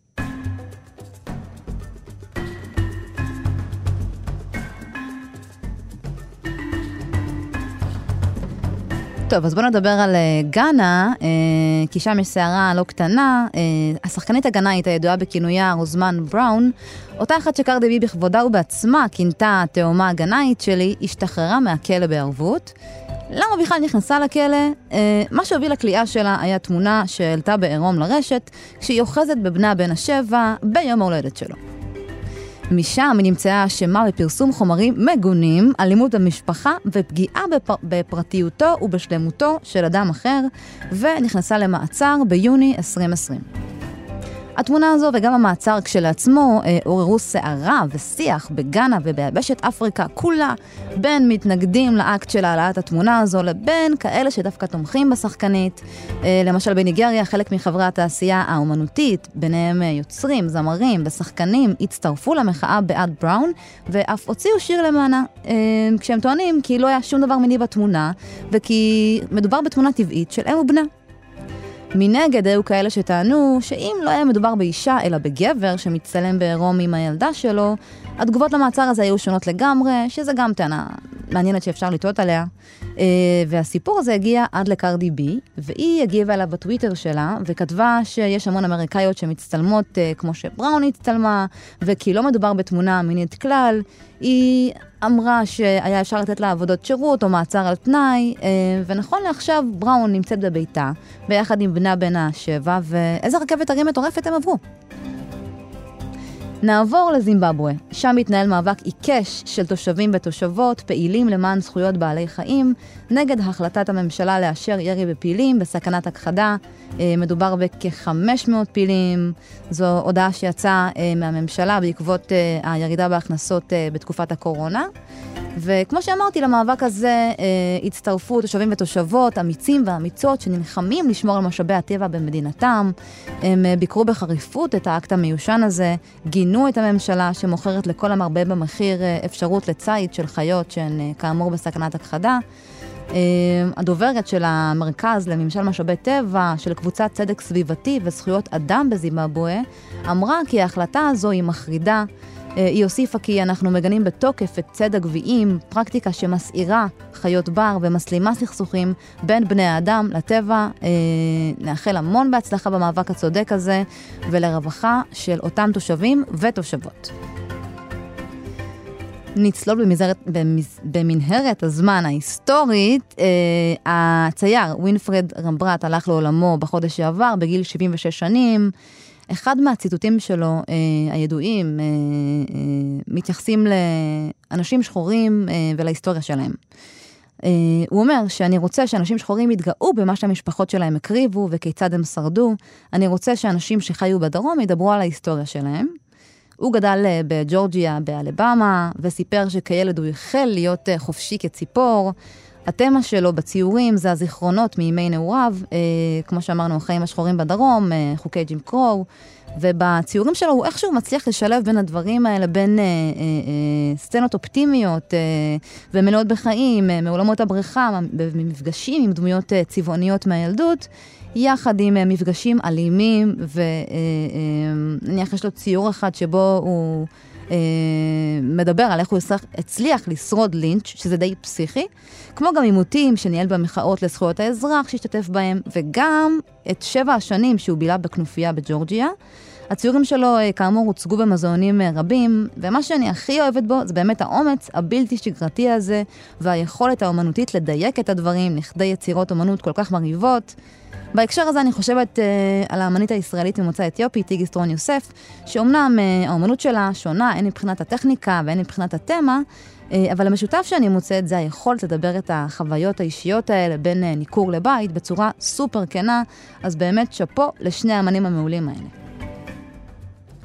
טוב, אז בואו נדבר על גאנה, כי שם יש שערה לא קטנה. השחקנית הגנאית הידועה בכינויה רוזמן בראון, אותה אחת שקרדי בי בכבודה ובעצמה כינתה התאומה הגנאית שלי, השתחררה מהכלא בערבות. למה בכלל נכנסה לכלא? מה שהוביל לקליעה שלה היה תמונה שהעלתה בעירום לרשת, כשהיא אוחזת בבנה בן 7 ביום ההולדת שלו. משם היא נמצאה אשמה בפרסום חומרים מגונים, אלימות במשפחה ופגיעה בפרטיותו ובשלמותו של אדם אחר, ונכנסה למעצר ביוני 2020. התמונה הזו וגם המעצר כשלעצמו עוררו סערה ושיח בגאנה וביבשת אפריקה כולה, בין מתנגדים לאקט של העלאת התמונה הזו לבין כאלה שדווקא תומכים בשחקנית. למשל בניגריה חלק מחברי התעשייה האומנותית, ביניהם יוצרים, זמרים ושחקנים, הצטרפו למחאה בעד בראון ואף הוציאו שיר למענה, כשהם טוענים כי לא היה שום דבר מיני בתמונה וכי מדובר בתמונה טבעית של אם ובנה. מנגד היו כאלה שטענו שאם לא היה מדובר באישה אלא בגבר שמצטלם בעירום עם הילדה שלו, התגובות למעצר הזה היו שונות לגמרי, שזה גם טענה מעניינת שאפשר לטעות עליה. והסיפור הזה הגיע עד לקרדי בי, והיא הגיבה אליו בטוויטר שלה וכתבה שיש המון אמריקאיות שמצטלמות כמו שבראון הצטלמה, וכי לא מדובר בתמונה מינית כלל. היא אמרה שהיה אפשר לתת לה עבודות שירות או מעצר על תנאי, ונכון לעכשיו בראון נמצאת בביתה ביחד עם בנה בן 7, ואיזה רכבת הרים מטורפת הם עברו. נעבור לזימבבואה. שם מתנהל מאבק עיקש של תושבים ותושבות, פעילים למען זכויות בעלי חיים, נגד החלטת הממשלה לאשר ירי בפעילים בסכנת הכחדה. מדובר בכ-500 פעילים. זו הודעה שיצאה מהממשלה בעקבות הירידה בהכנסות בתקופת הקורונה. וכמו שאמרתי, למאבק הזה הצטרפו תושבים ותושבות, אמיצים ואמיצות שנלחמים לשמור על משאבי הטבע במדינתם. הם ביקרו בחריפות את האקט המיושן הזה, גינו את הממשלה שמוכרת לכל המרבה במחיר אפשרות לצייד של חיות שהן כאמור בסכנת הכחדה. הדוברת של המרכז לממשל משאבי טבע של קבוצת צדק סביבתי וזכויות אדם בזימבבואה אמרה כי ההחלטה הזו היא מחרידה. היא הוסיפה כי אנחנו מגנים בתוקף את צד הגביעים, פרקטיקה שמסעירה חיות בר ומסלימה סכסוכים בין בני האדם לטבע. נאחל המון בהצלחה במאבק הצודק הזה ולרווחה של אותם תושבים ותושבות. נצלול במנהרת הזמן ההיסטורית. הצייר ווינפרד רמברט הלך לעולמו בחודש שעבר בגיל 76 שנים. אחד מהציטוטים שלו הידועים מתייחסים לאנשים שחורים ולהיסטוריה שלהם. הוא אומר שאני רוצה שאנשים שחורים יתגאו במה שהמשפחות שלהם הקריבו וכיצד הם שרדו. אני רוצה שאנשים שחיו בדרום ידברו על ההיסטוריה שלהם. הוא גדל בג'ורג'יה, באלבמה, וסיפר שכילד הוא החל להיות חופשי כציפור. התמה שלו בציורים זה הזיכרונות מימי נעוריו, כמו שאמרנו, החיים השחורים בדרום, חוקי ג'ים קרו, ובציורים שלו הוא איכשהו מצליח לשלב בין הדברים האלה, בין סצנות אופטימיות ומלאות בחיים, מעולמות הבריכה, במפגשים עם דמויות צבעוניות מהילדות, יחד עם מפגשים אלימים, ונניח יש לו ציור אחד שבו הוא מדבר על איך הוא הצליח לשרוד לינץ', שזה די פסיכי, כמו גם עימותים שניהל במחאות לזכויות האזרח שהשתתף בהם, וגם את 7 השנים שהוא בילה בכנופיה בג'ורג'יה. הציורים שלו כאמור הוצגו במוזיאונים רבים, ומה שאני הכי אוהבת בו זה באמת האומץ הבלתי שגרתי הזה, והיכולת האומנותית לדייק את הדברים לכדי יצירות אומנות כל כך מרהיבות. בהקשר הזה אני חושבת על האמנית הישראלית ממוצא אתיופי, טיגי סטרון יוסף, שאומנם האמנות שלה שונה, הן מבחינת הטכניקה והן מבחינת התמה, אבל המשותף שאני מוצאת זה היכולת לדבר את החוויות האישיות האלה בין ניכור לבית בצורה סופר כנה, אז באמת שפו לשני האמנים המעולים האלה.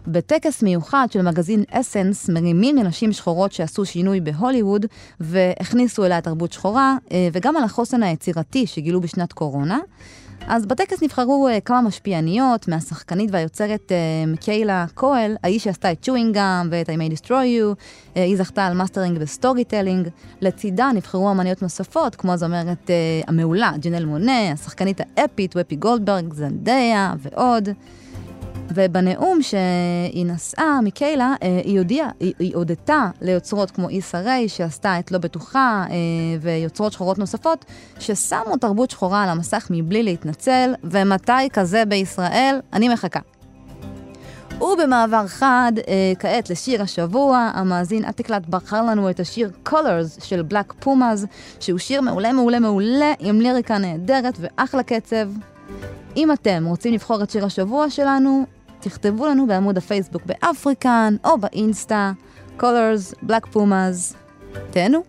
בטקס מיוחד של מגזין אסנס מרימים לנשים שחורות שעשו שינוי בהוליווד והכניסו אליה תרבות שחורה וגם על החוסן היצירתי שגילו בשנת קורונה. אז בטקס נבחרו כמה משפיעניות מהשחקנית והיוצרת מיקיילה קואל, האיש שעשתה את צ'ווינגאם ואת I May Destroy You, היא זכתה על מאסטרינג וסטורי טלינג. לצידה נבחרו אמניות נוספות כמו הזמרת המעולה ג'נל מונה, השחקנית האפית ופי גולדברג, זנדיה ועוד. ובנאום שהיא נשאה, מיקיילה, היא הודתה ליוצרות כמו איסה ריי, שעשתה את לא בטוחה, ויוצרות שחורות נוספות, ששמו תרבות שחורה על המסך מבלי להתנצל, ומתי כזה בישראל? אני מחכה. ובמעבר חד, כעת לשיר השבוע, המאזין אתיקלט בחר לנו את השיר Colors של בלק פומאז, שהוא שיר מעולה מעולה מעולה, עם ליריקה נהדרת ואחלה קצב. אם אתם רוצים לבחור את שיר השבוע שלנו, תכתבו לנו בעמוד הפייסבוק באפריקן או באינסטה, Colors, בלק פומאז. תהנו.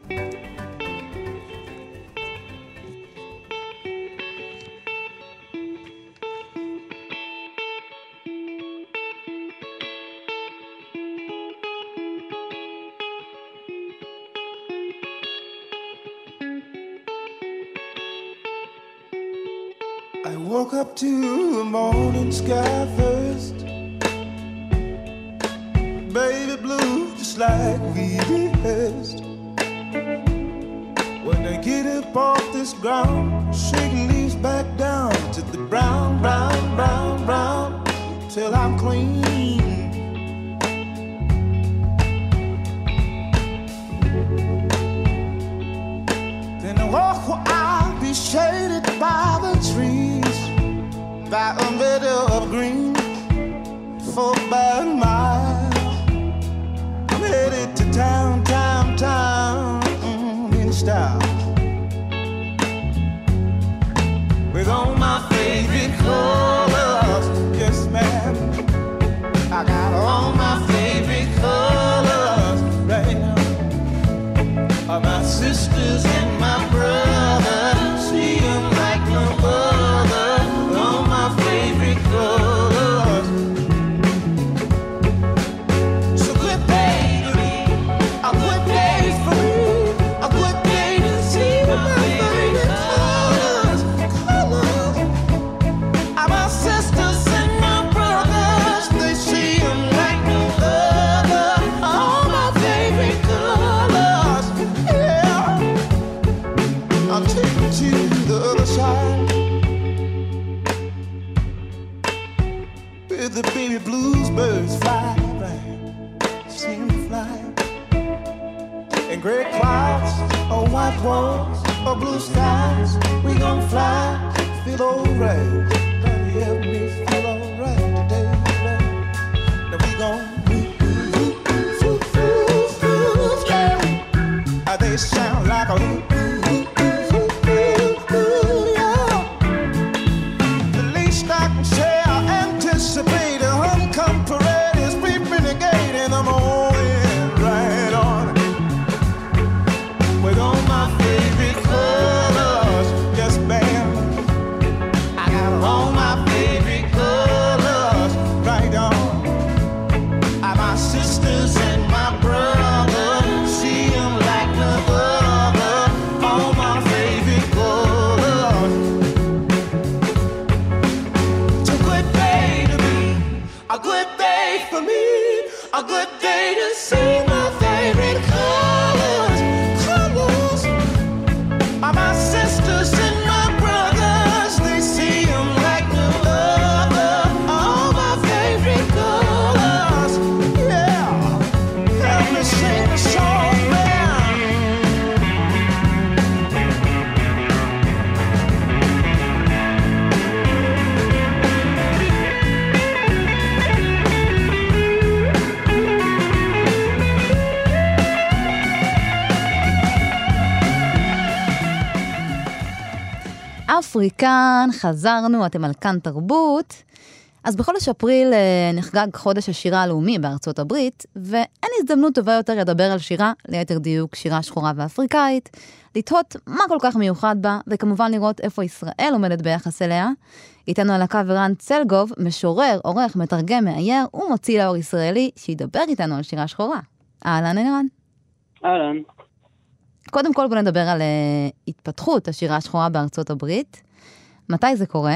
I woke up to the morning sky first, baby blue, just like we rehearsed. When I get up off this ground, shaking leaves back down to the brown, brown, brown, brown, till I'm clean. Then I walk where I'll be shaded by the trees, by a meadow of green, for about a mile. I'm headed to town, town, town, in style, with all my favorite colors. Yes, ma'am, I got all my favorite colors right now. My sisters and my brothers, see them like no other. All my favorite colors. So good day to me, a good day for me, a good day to see my favorite colors. Colors. My sisters and my brothers, they see them like no other. All my favorite colors. I'll take you to the other side, where the baby blues birds fly, right? See them fly. And gray clouds, or white walls, or blue skies, we gon' fly, feel alright. That help me feel alright today, right? Now we gon' yeah. They sound like a אפריקן, חזרנו, אתם על כאן תרבות. אז בחודש אפריל נחגג חודש השירה הלאומי בארצות הברית, ואין הזדמנות טובה יותר לדבר על שירה, ליתר דיוק שירה שחורה ואפריקאית, לתהות מה כל כך מיוחד בה, וכמובן לראות איפה ישראל עומדת ביחס אליה. איתנו על הקו ערן צלגוב, משורר, עורך, מתרגם, מאייר ומוציא לאור ישראלי, שידבר איתנו על שירה שחורה. אהלן ערן. אהלן. קודם כל בוא נדבר על התפתחות השירה השחורה בארצות הברית. מתי זה קורה?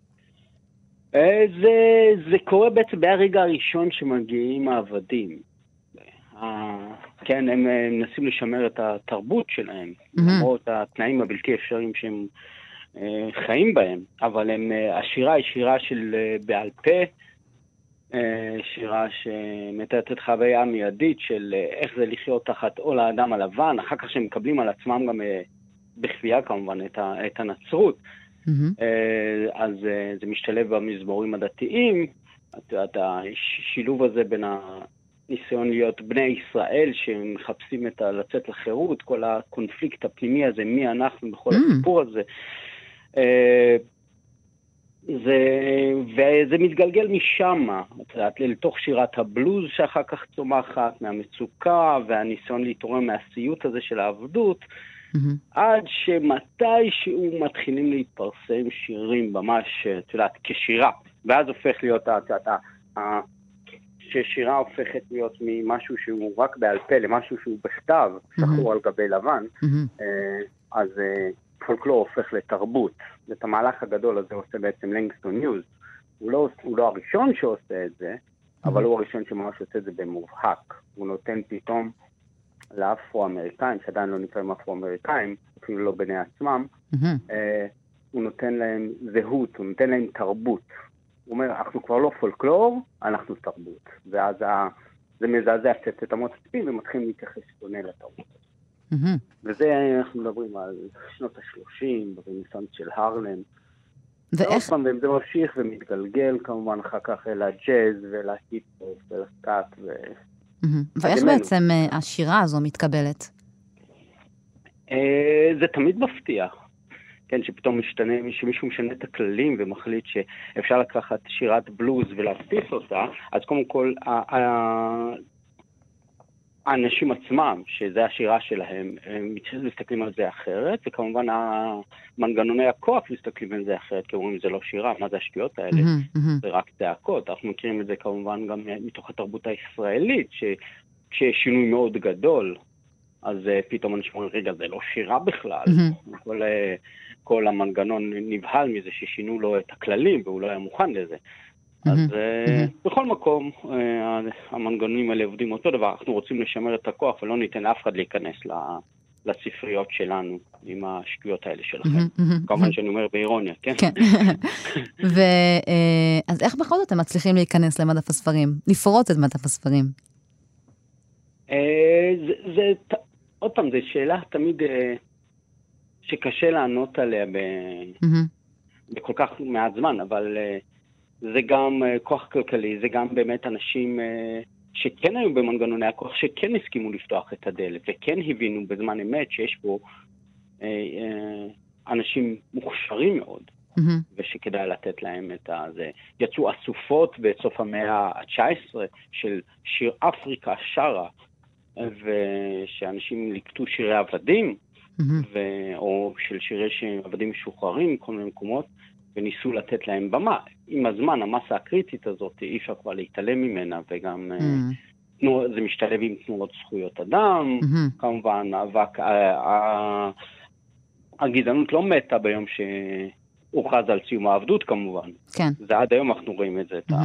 זה קורה בעצם בהרגע הראשון שמגיעים העבדים. כן, הם מנסים לשמר את התרבות שלהם, למרות התנאים הבלתי אפשריים שהם חיים בהם, אבל השירה היא שירה של בעל פה, שירה שמתארת את חוויה מיידית של איך זה לחיות תחת עול האדם הלבן, אחר כך שהם מקבלים על עצמם גם בכפייה כמובן את הנצרות. אז זה משתלב במזמורים הדתיים, השילוב הזה בין הניסיון להיות בני ישראל שמחפשים לצאת לחירות, כל הקונפליקט הפנימי הזה, מי אנחנו בכל הסיפור הזה, וזה מתגלגל משם, לתוך שירת הבלוז שאחר כך צומחת, מהמצוקה והניסיון להתעורר מהסיוט הזה של העבדות, עד שמתישהו מתחילים להתפרסם שירים ממש, את יודעת, כשירה, ואז הופך להיות, ששירה הופכת להיות ממשהו שהוא רק בעל פה למשהו שהוא בכתב, שחור על גבי לבן, אז פולקלור הופך לתרבות. ואת המהלך הגדול הזה עושה בעצם לנגסטון ניוז. הוא לא הראשון שעושה את זה, אבל הוא הראשון שממש עושה את זה במובהק. הוא נותן פתאום לאפרו-אמריקאים, שעדיין לא נקראים אפרו-אמריקאים, אפילו לא בני עצמם, הוא נותן להם זהות, הוא נותן להם תרבות. הוא אומר, אנחנו כבר לא פולקלור, אנחנו תרבות. ואז זה מזעזע קצת את אמות הסיפים, ומתחילים להתייחס שונה לתרבות. וזה אנחנו מדברים על שנות ה-30, ברנסאנס של הרלם. ואיך? וזה ממשיך ומתגלגל, כמובן אחר כך אל הג'אז ואל ההיפ-הופ ואל הסקאט ואיך בעצם השירה הזו מתקבלת? זה תמיד מפתיע. כן, שפתאום שמישהו משנה את הכללים ומחליט שאפשר לקחת שירת בלוז ולהדפיס אותה, אז קודם כל האנשים עצמם, שזה השירה שלהם, הם מסתכלים על זה אחרת, וכמובן המנגנוני הכוח מסתכלים על זה אחרת, כי אומרים זה לא שירה, מה זה השטויות האלה? זה רק צעקות. אנחנו מכירים את זה כמובן גם מתוך התרבות הישראלית, כשיש שינוי מאוד גדול, אז פתאום אנשים אומרים, רגע, זה לא שירה בכלל. כל המנגנון נבהל מזה ששינו לו את הכללים, והוא לא היה מוכן לזה. אז בכל מקום, המנגנונים האלה עובדים אותו דבר, אנחנו רוצים לשמר את הכוח, ולא ניתן לאף אחד להיכנס לספריות שלנו, עם השטויות האלה שלכם. כמובן שאני אומר באירוניה, כן? כן. אז איך בכל זאת אתם מצליחים להיכנס למדף הספרים? לפרוץ את מדף הספרים? עוד פעם, זו שאלה תמיד שקשה לענות עליה בכל כך מעט זמן, אבל זה גם כוח כלכלי, זה גם באמת אנשים שכן היו במנגנוני הכוח, שכן הסכימו לפתוח את הדלת, וכן הבינו בזמן אמת שיש פה אנשים מוכשרים מאוד, ושכדאי לתת להם את זה. יצאו אסופות בסוף המאה ה-19 של שיר אפריקה שרה, ושאנשים לקטו שירי עבדים, או של שירי עבדים משוחררים מכל מיני מקומות, וניסו לתת להם במה. עם הזמן, המסה הקריטית הזאת, אי אפשר כבר להתעלם ממנה, וגם זה משתלב עם תנועות זכויות אדם, כמובן, הגזענות לא מתה ביום שהוכרז על סיום העבדות, כמובן. כן. זה עד היום אנחנו רואים את זה, את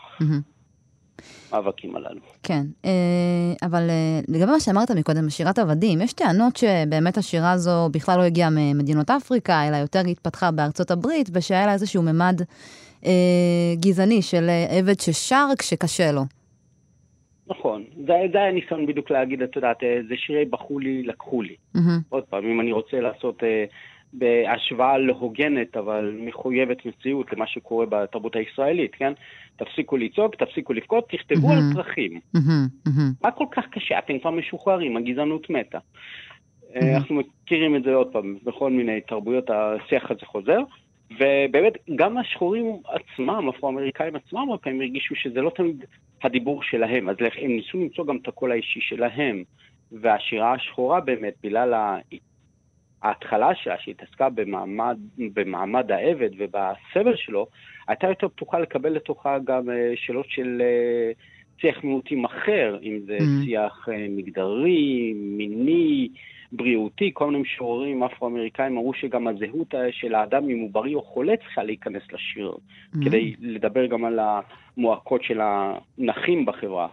המאבקים הללו. כן, אבל לגבי מה שאמרת מקודם, שירת עבדים, יש טענות שבאמת השירה הזו בכלל לא הגיעה ממדינות אפריקה, אלא יותר התפתחה בארצות הברית, ושהיה לה איזשהו ממד גזעני של עבד ששר כשקשה לו. נכון, זה היה ניסיון בדיוק להגיד, את יודעת, זה שירי בחו לי, לקחו לי. עוד פעם, אם אני רוצה לעשות בהשוואה לא הוגנת, אבל מחויבת מציאות למה שקורה בתרבות הישראלית, כן? תפסיקו לצעוק, תפסיקו לבכות, תכתבו על צרכים. מה כל כך קשה? אתם כבר משוחררים, הגזענות מתה. אנחנו מכירים את זה עוד פעם, בכל מיני תרבויות השיח הזה חוזר, ובאמת, גם השחורים עצמם, אפרו-אמריקאים עצמם, הם הרגישו שזה לא תמיד הדיבור שלהם, אז הם ניסו למצוא גם את הקול האישי שלהם, והשירה השחורה באמת, בגלל ההתחלה שלה, שהיא התעסקה במעמד העבד ובסבל שלו, הייתה יותר פתוחה לקבל לתוכה גם שאלות של שיח מיעוטים אחר, אם זה שיח מגדרי, מיני, בריאותי, כל מיני משוררים אפרו-אמריקאים אמרו שגם הזהות של האדם, אם הוא בריא או חולה, צריכה להיכנס לשיר, כדי לדבר גם על המועקות של הנכים בחברה.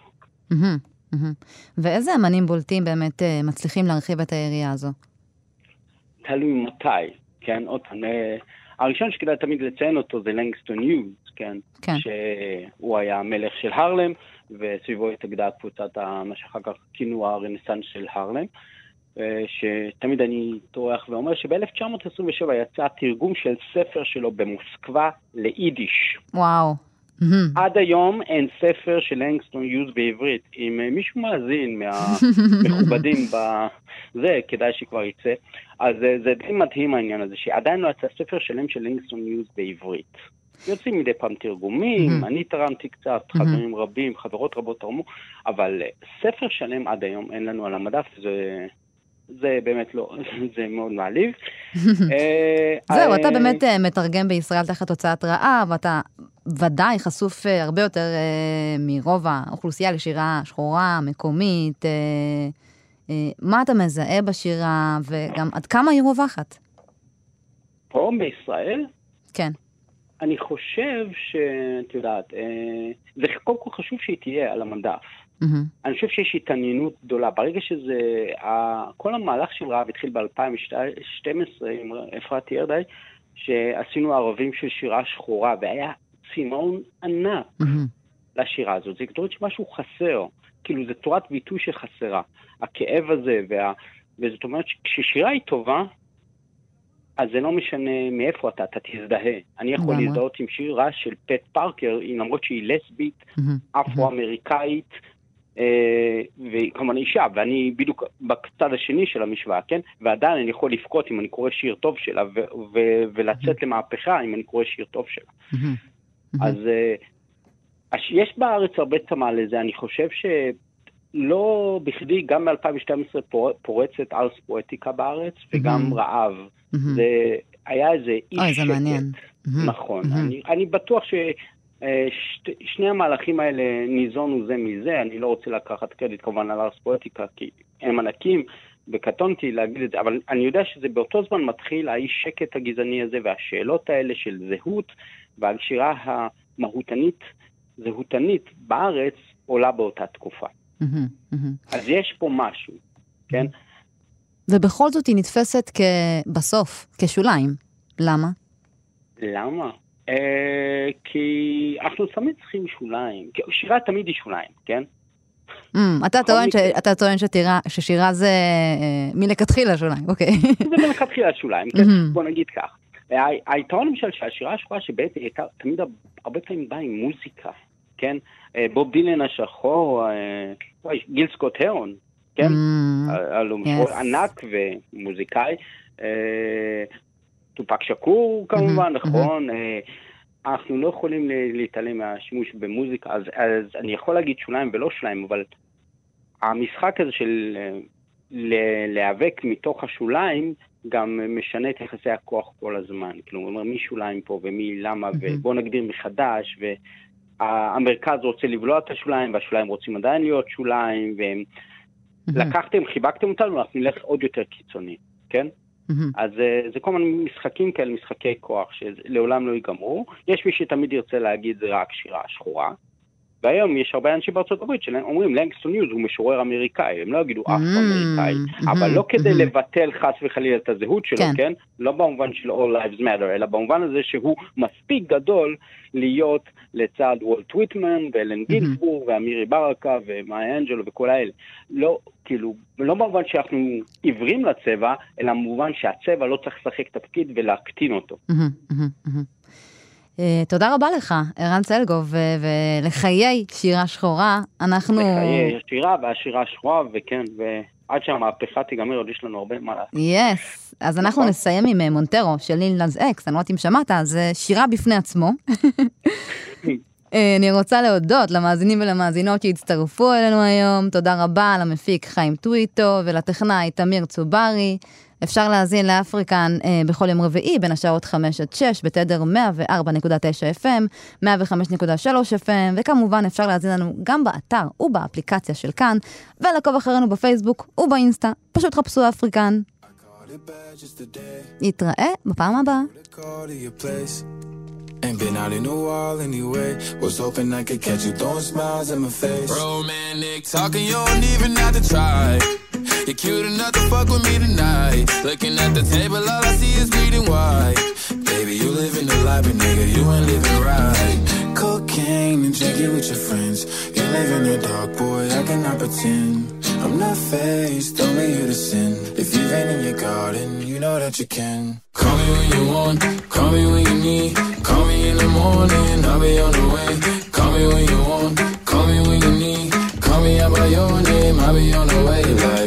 ואיזה אמנים בולטים באמת מצליחים להרחיב את היריעה הזו? תלוי מתי, כן? הראשון שכדאי תמיד לציין אותו זה לנגסטון יוז, כן? שהוא היה המלך של הרלם, וסביבו התאגדה קבוצת מה שאחר כך כינו הרנסנס של הרלם, שתמיד אני טורח ואומר שב-1927 יצא תרגום של ספר שלו במוסקבה ליידיש. וואו. עד היום אין ספר של לנגסטון יוז בעברית. אם מישהו מאזין מהמכובדים בזה, כדאי שכבר יצא. אז זה די מדהים העניין הזה, שעדיין לא יצא ספר שלם של לנגסטון יוז בעברית. יוצאים מדי פעם תרגומים, אני תרמתי קצת, חברים רבים, חברות רבות תרמו, אבל ספר שלם עד היום אין לנו על המדף, זה באמת לא, זה מאוד מעליב. זהו, אתה באמת מתרגם בישראל תחת הוצאת רעה, ואתה ודאי חשוף הרבה יותר מרוב האוכלוסייה לשירה שחורה, מקומית. מה אתה מזהה בשירה, וגם עד כמה היא רווחת? פה בישראל? כן. אני חושב שאת יודעת, זה כל כך חשוב שהיא תהיה על המדף. אני חושב שיש התעניינות גדולה. ברגע שזה, כל המהלך של רעב התחיל ב-2012 עם אפרת ירדאי, שעשינו ערבים של שירה שחורה, והיה צימאון ענק לשירה הזאת. זה כתורת שמשהו חסר, כאילו זה תורת ביטוי שחסרה. הכאב הזה, וזאת אומרת שכשירה היא טובה, אז זה לא משנה מאיפה אתה תזדהה. אני יכול להזדהות עם שירה של פט פארקר, למרות שהיא לסבית, אפרו-אמריקאית, וכמובן אישה, ואני בדיוק בצד השני של המשוואה, כן? ועדיין אני יכול לפקוט אם אני קורא שיר טוב שלה, ולצאת למהפכה אם אני קורא שיר טוב שלה. אז יש בארץ הרבה צמא לזה, אני חושב שלא בכדי, גם ב-2012 פורצת ארס פואטיקה בארץ, וגם רעב. זה היה איזה איש שקט. זה מעניין. נכון. אני בטוח שני המהלכים האלה ניזונו זה מזה, אני לא רוצה לקחת קרדיט כמובן על ארס פואטיקה, כי הם ענקים, וקטונתי להגיד את זה, אבל אני יודע שזה באותו זמן מתחיל האיש שקט הגזעני הזה, והשאלות האלה של זהות, והשירה זהותנית בארץ עולה באותה תקופה. אז יש פה משהו, כן? ובכל זאת היא נתפסת בסוף, כשוליים. למה? למה? כי אנחנו תמיד צריכים שוליים. שירה תמיד היא שוליים, כן? אתה טוען ששירה זה מלכתחילה שוליים, אוקיי. זה מלכתחילה שוליים, כן? בוא נגיד כך. היתרון למשל שהשירה השחורה שבעצם הייתה תמיד הרבה פעמים באה עם מוזיקה, כן? בוב דילן השחור, גיל סקוט הרון, כן? ענק ומוזיקאי, טופק שקור כמובן, נכון? אנחנו לא יכולים להתעלם מהשימוש במוזיקה, אז אני יכול להגיד שוליים ולא שוליים, אבל המשחק הזה של להיאבק מתוך השוליים, גם משנה את יחסי הכוח כל הזמן. כלומר, מי שוליים פה ומי למה, ובוא נגדיר מחדש, והמרכז רוצה לבלוע את השוליים, והשוליים רוצים עדיין להיות שוליים, והם לקחתם, חיבקתם אותנו, אנחנו נלך עוד יותר קיצוני, כן? אז זה כל מיני משחקים כאלה, משחקי כוח, שלעולם לא ייגמרו. יש מי שתמיד ירצה להגיד זה רק שירה שחורה, והיום יש הרבה אנשים בארצות הברית שאומרים, לנגסטון יוז הוא משורר אמריקאי, הם לא יגידו אפרו-אמריקאי, אבל לא כדי לבטל חס וחלילה את הזהות שלו, כן? לא במובן של All Lives Matter, אלא במובן הזה שהוא מספיק גדול להיות לצד וולט וויטמן, ואלן גינסבורג, ואמירי ברקה, ומאיה אנג'לו, וכל האלה. לא, כאילו, לא במובן שאנחנו עיוורים לצבע, אלא במובן שהצבע לא צריך לשחק תפקיד ולהקטין אותו. תודה רבה לך, ערן צלגוב, ולחיי שירה שחורה, אנחנו... לחיי שירה והשירה שחורה, וכן, ועד שהמהפכה תיגמר, עוד יש לנו הרבה מה לעשות. Yes, אז אנחנו נסיים עם מונטרו של ליל נאז אקס, אני לא יודעת אם שמעת, זה שירה בפני עצמו. אני רוצה להודות למאזינים ולמאזינות שהצטרפו אלינו היום, תודה רבה למפיק חיים טוויטו ולטכנאי תמיר צוברי. אפשר להזין לאפריקן בכל יום רביעי בין השעות 5 עד 6 בתדר 104.9 FM, 105.3 FM, וכמובן אפשר להזין לנו גם באתר ובאפליקציה של כאן, ולעקוב אחרינו בפייסבוק ובאינסטה, פשוט חפשו אפריקן. נתראה בפעם הבאה. Ain't been out in a while anyway. Was hoping I could catch you throwing smiles in my face. Romantic talking, you don't even have to try. You're cute enough to fuck with me tonight. Looking at the table, all I see is bleeding white. Baby, you living the life, but nigga, you ain't living right. Cocaine and drinking with your friends. You live in the dark, boy, I cannot pretend. I'm not faced, only you to sin. If you've been in your garden, you know that you can. Call me when you want, call me when you need. Call me in the morning, I'll be on the way. Call me when you want, call me when you need. Call me out by your name, I'll be on the way. Like,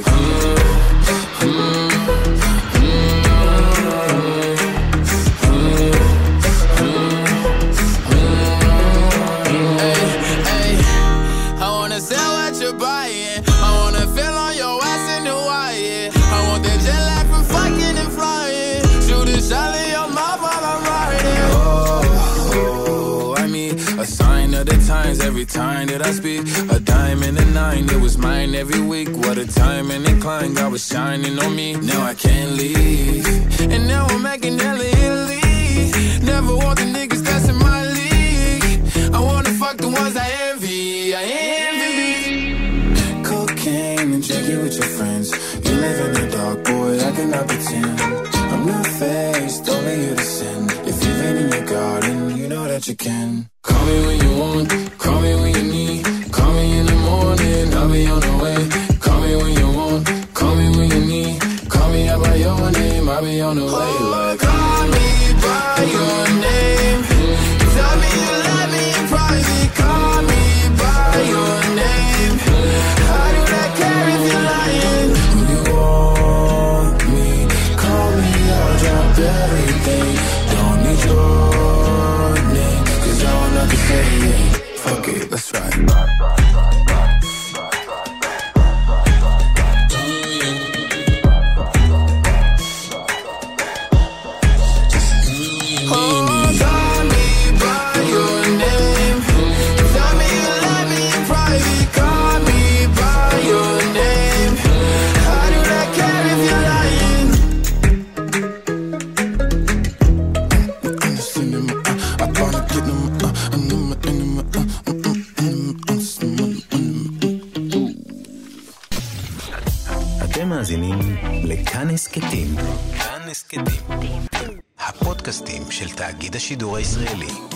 I wanna sell what you're buying. I wanna feel on your ass in Hawaii. I want that jet lag from fucking and flying. Shoot a shot in your mouth while I'm riding. oh, I mean, a sign of the times every time that I speak. A dime and a nine, it was mine every week. What a time and incline, God was shining on me. Now I can't leave, and now I'm making hella Italy. Never want the niggas that's in my league. I wanna fuck the ones I envy. I envy. Cocaine and drinking with your friends. You live in the dark, boy, I cannot pretend. I'm not faced, only you to sin. If you've been in your garden, you know that you can. Call me when you want, call me when you need. Call me in the morning, I'll be on the way. Call me when you want, call me when you need. Call me out by your name, I'll be on the way. Like, call me by your name. Tell me you love me in private. Call me by your name. I do not care if you're lying. When you want me, call me, I'll drop everything. Don't need your name, 'cause I don't have to say it. Fuck it, let's ride. מאזינים לכאן הסקטים. כאן הסקטים. הפודקאסטים של תאגיד השידור הישראלי.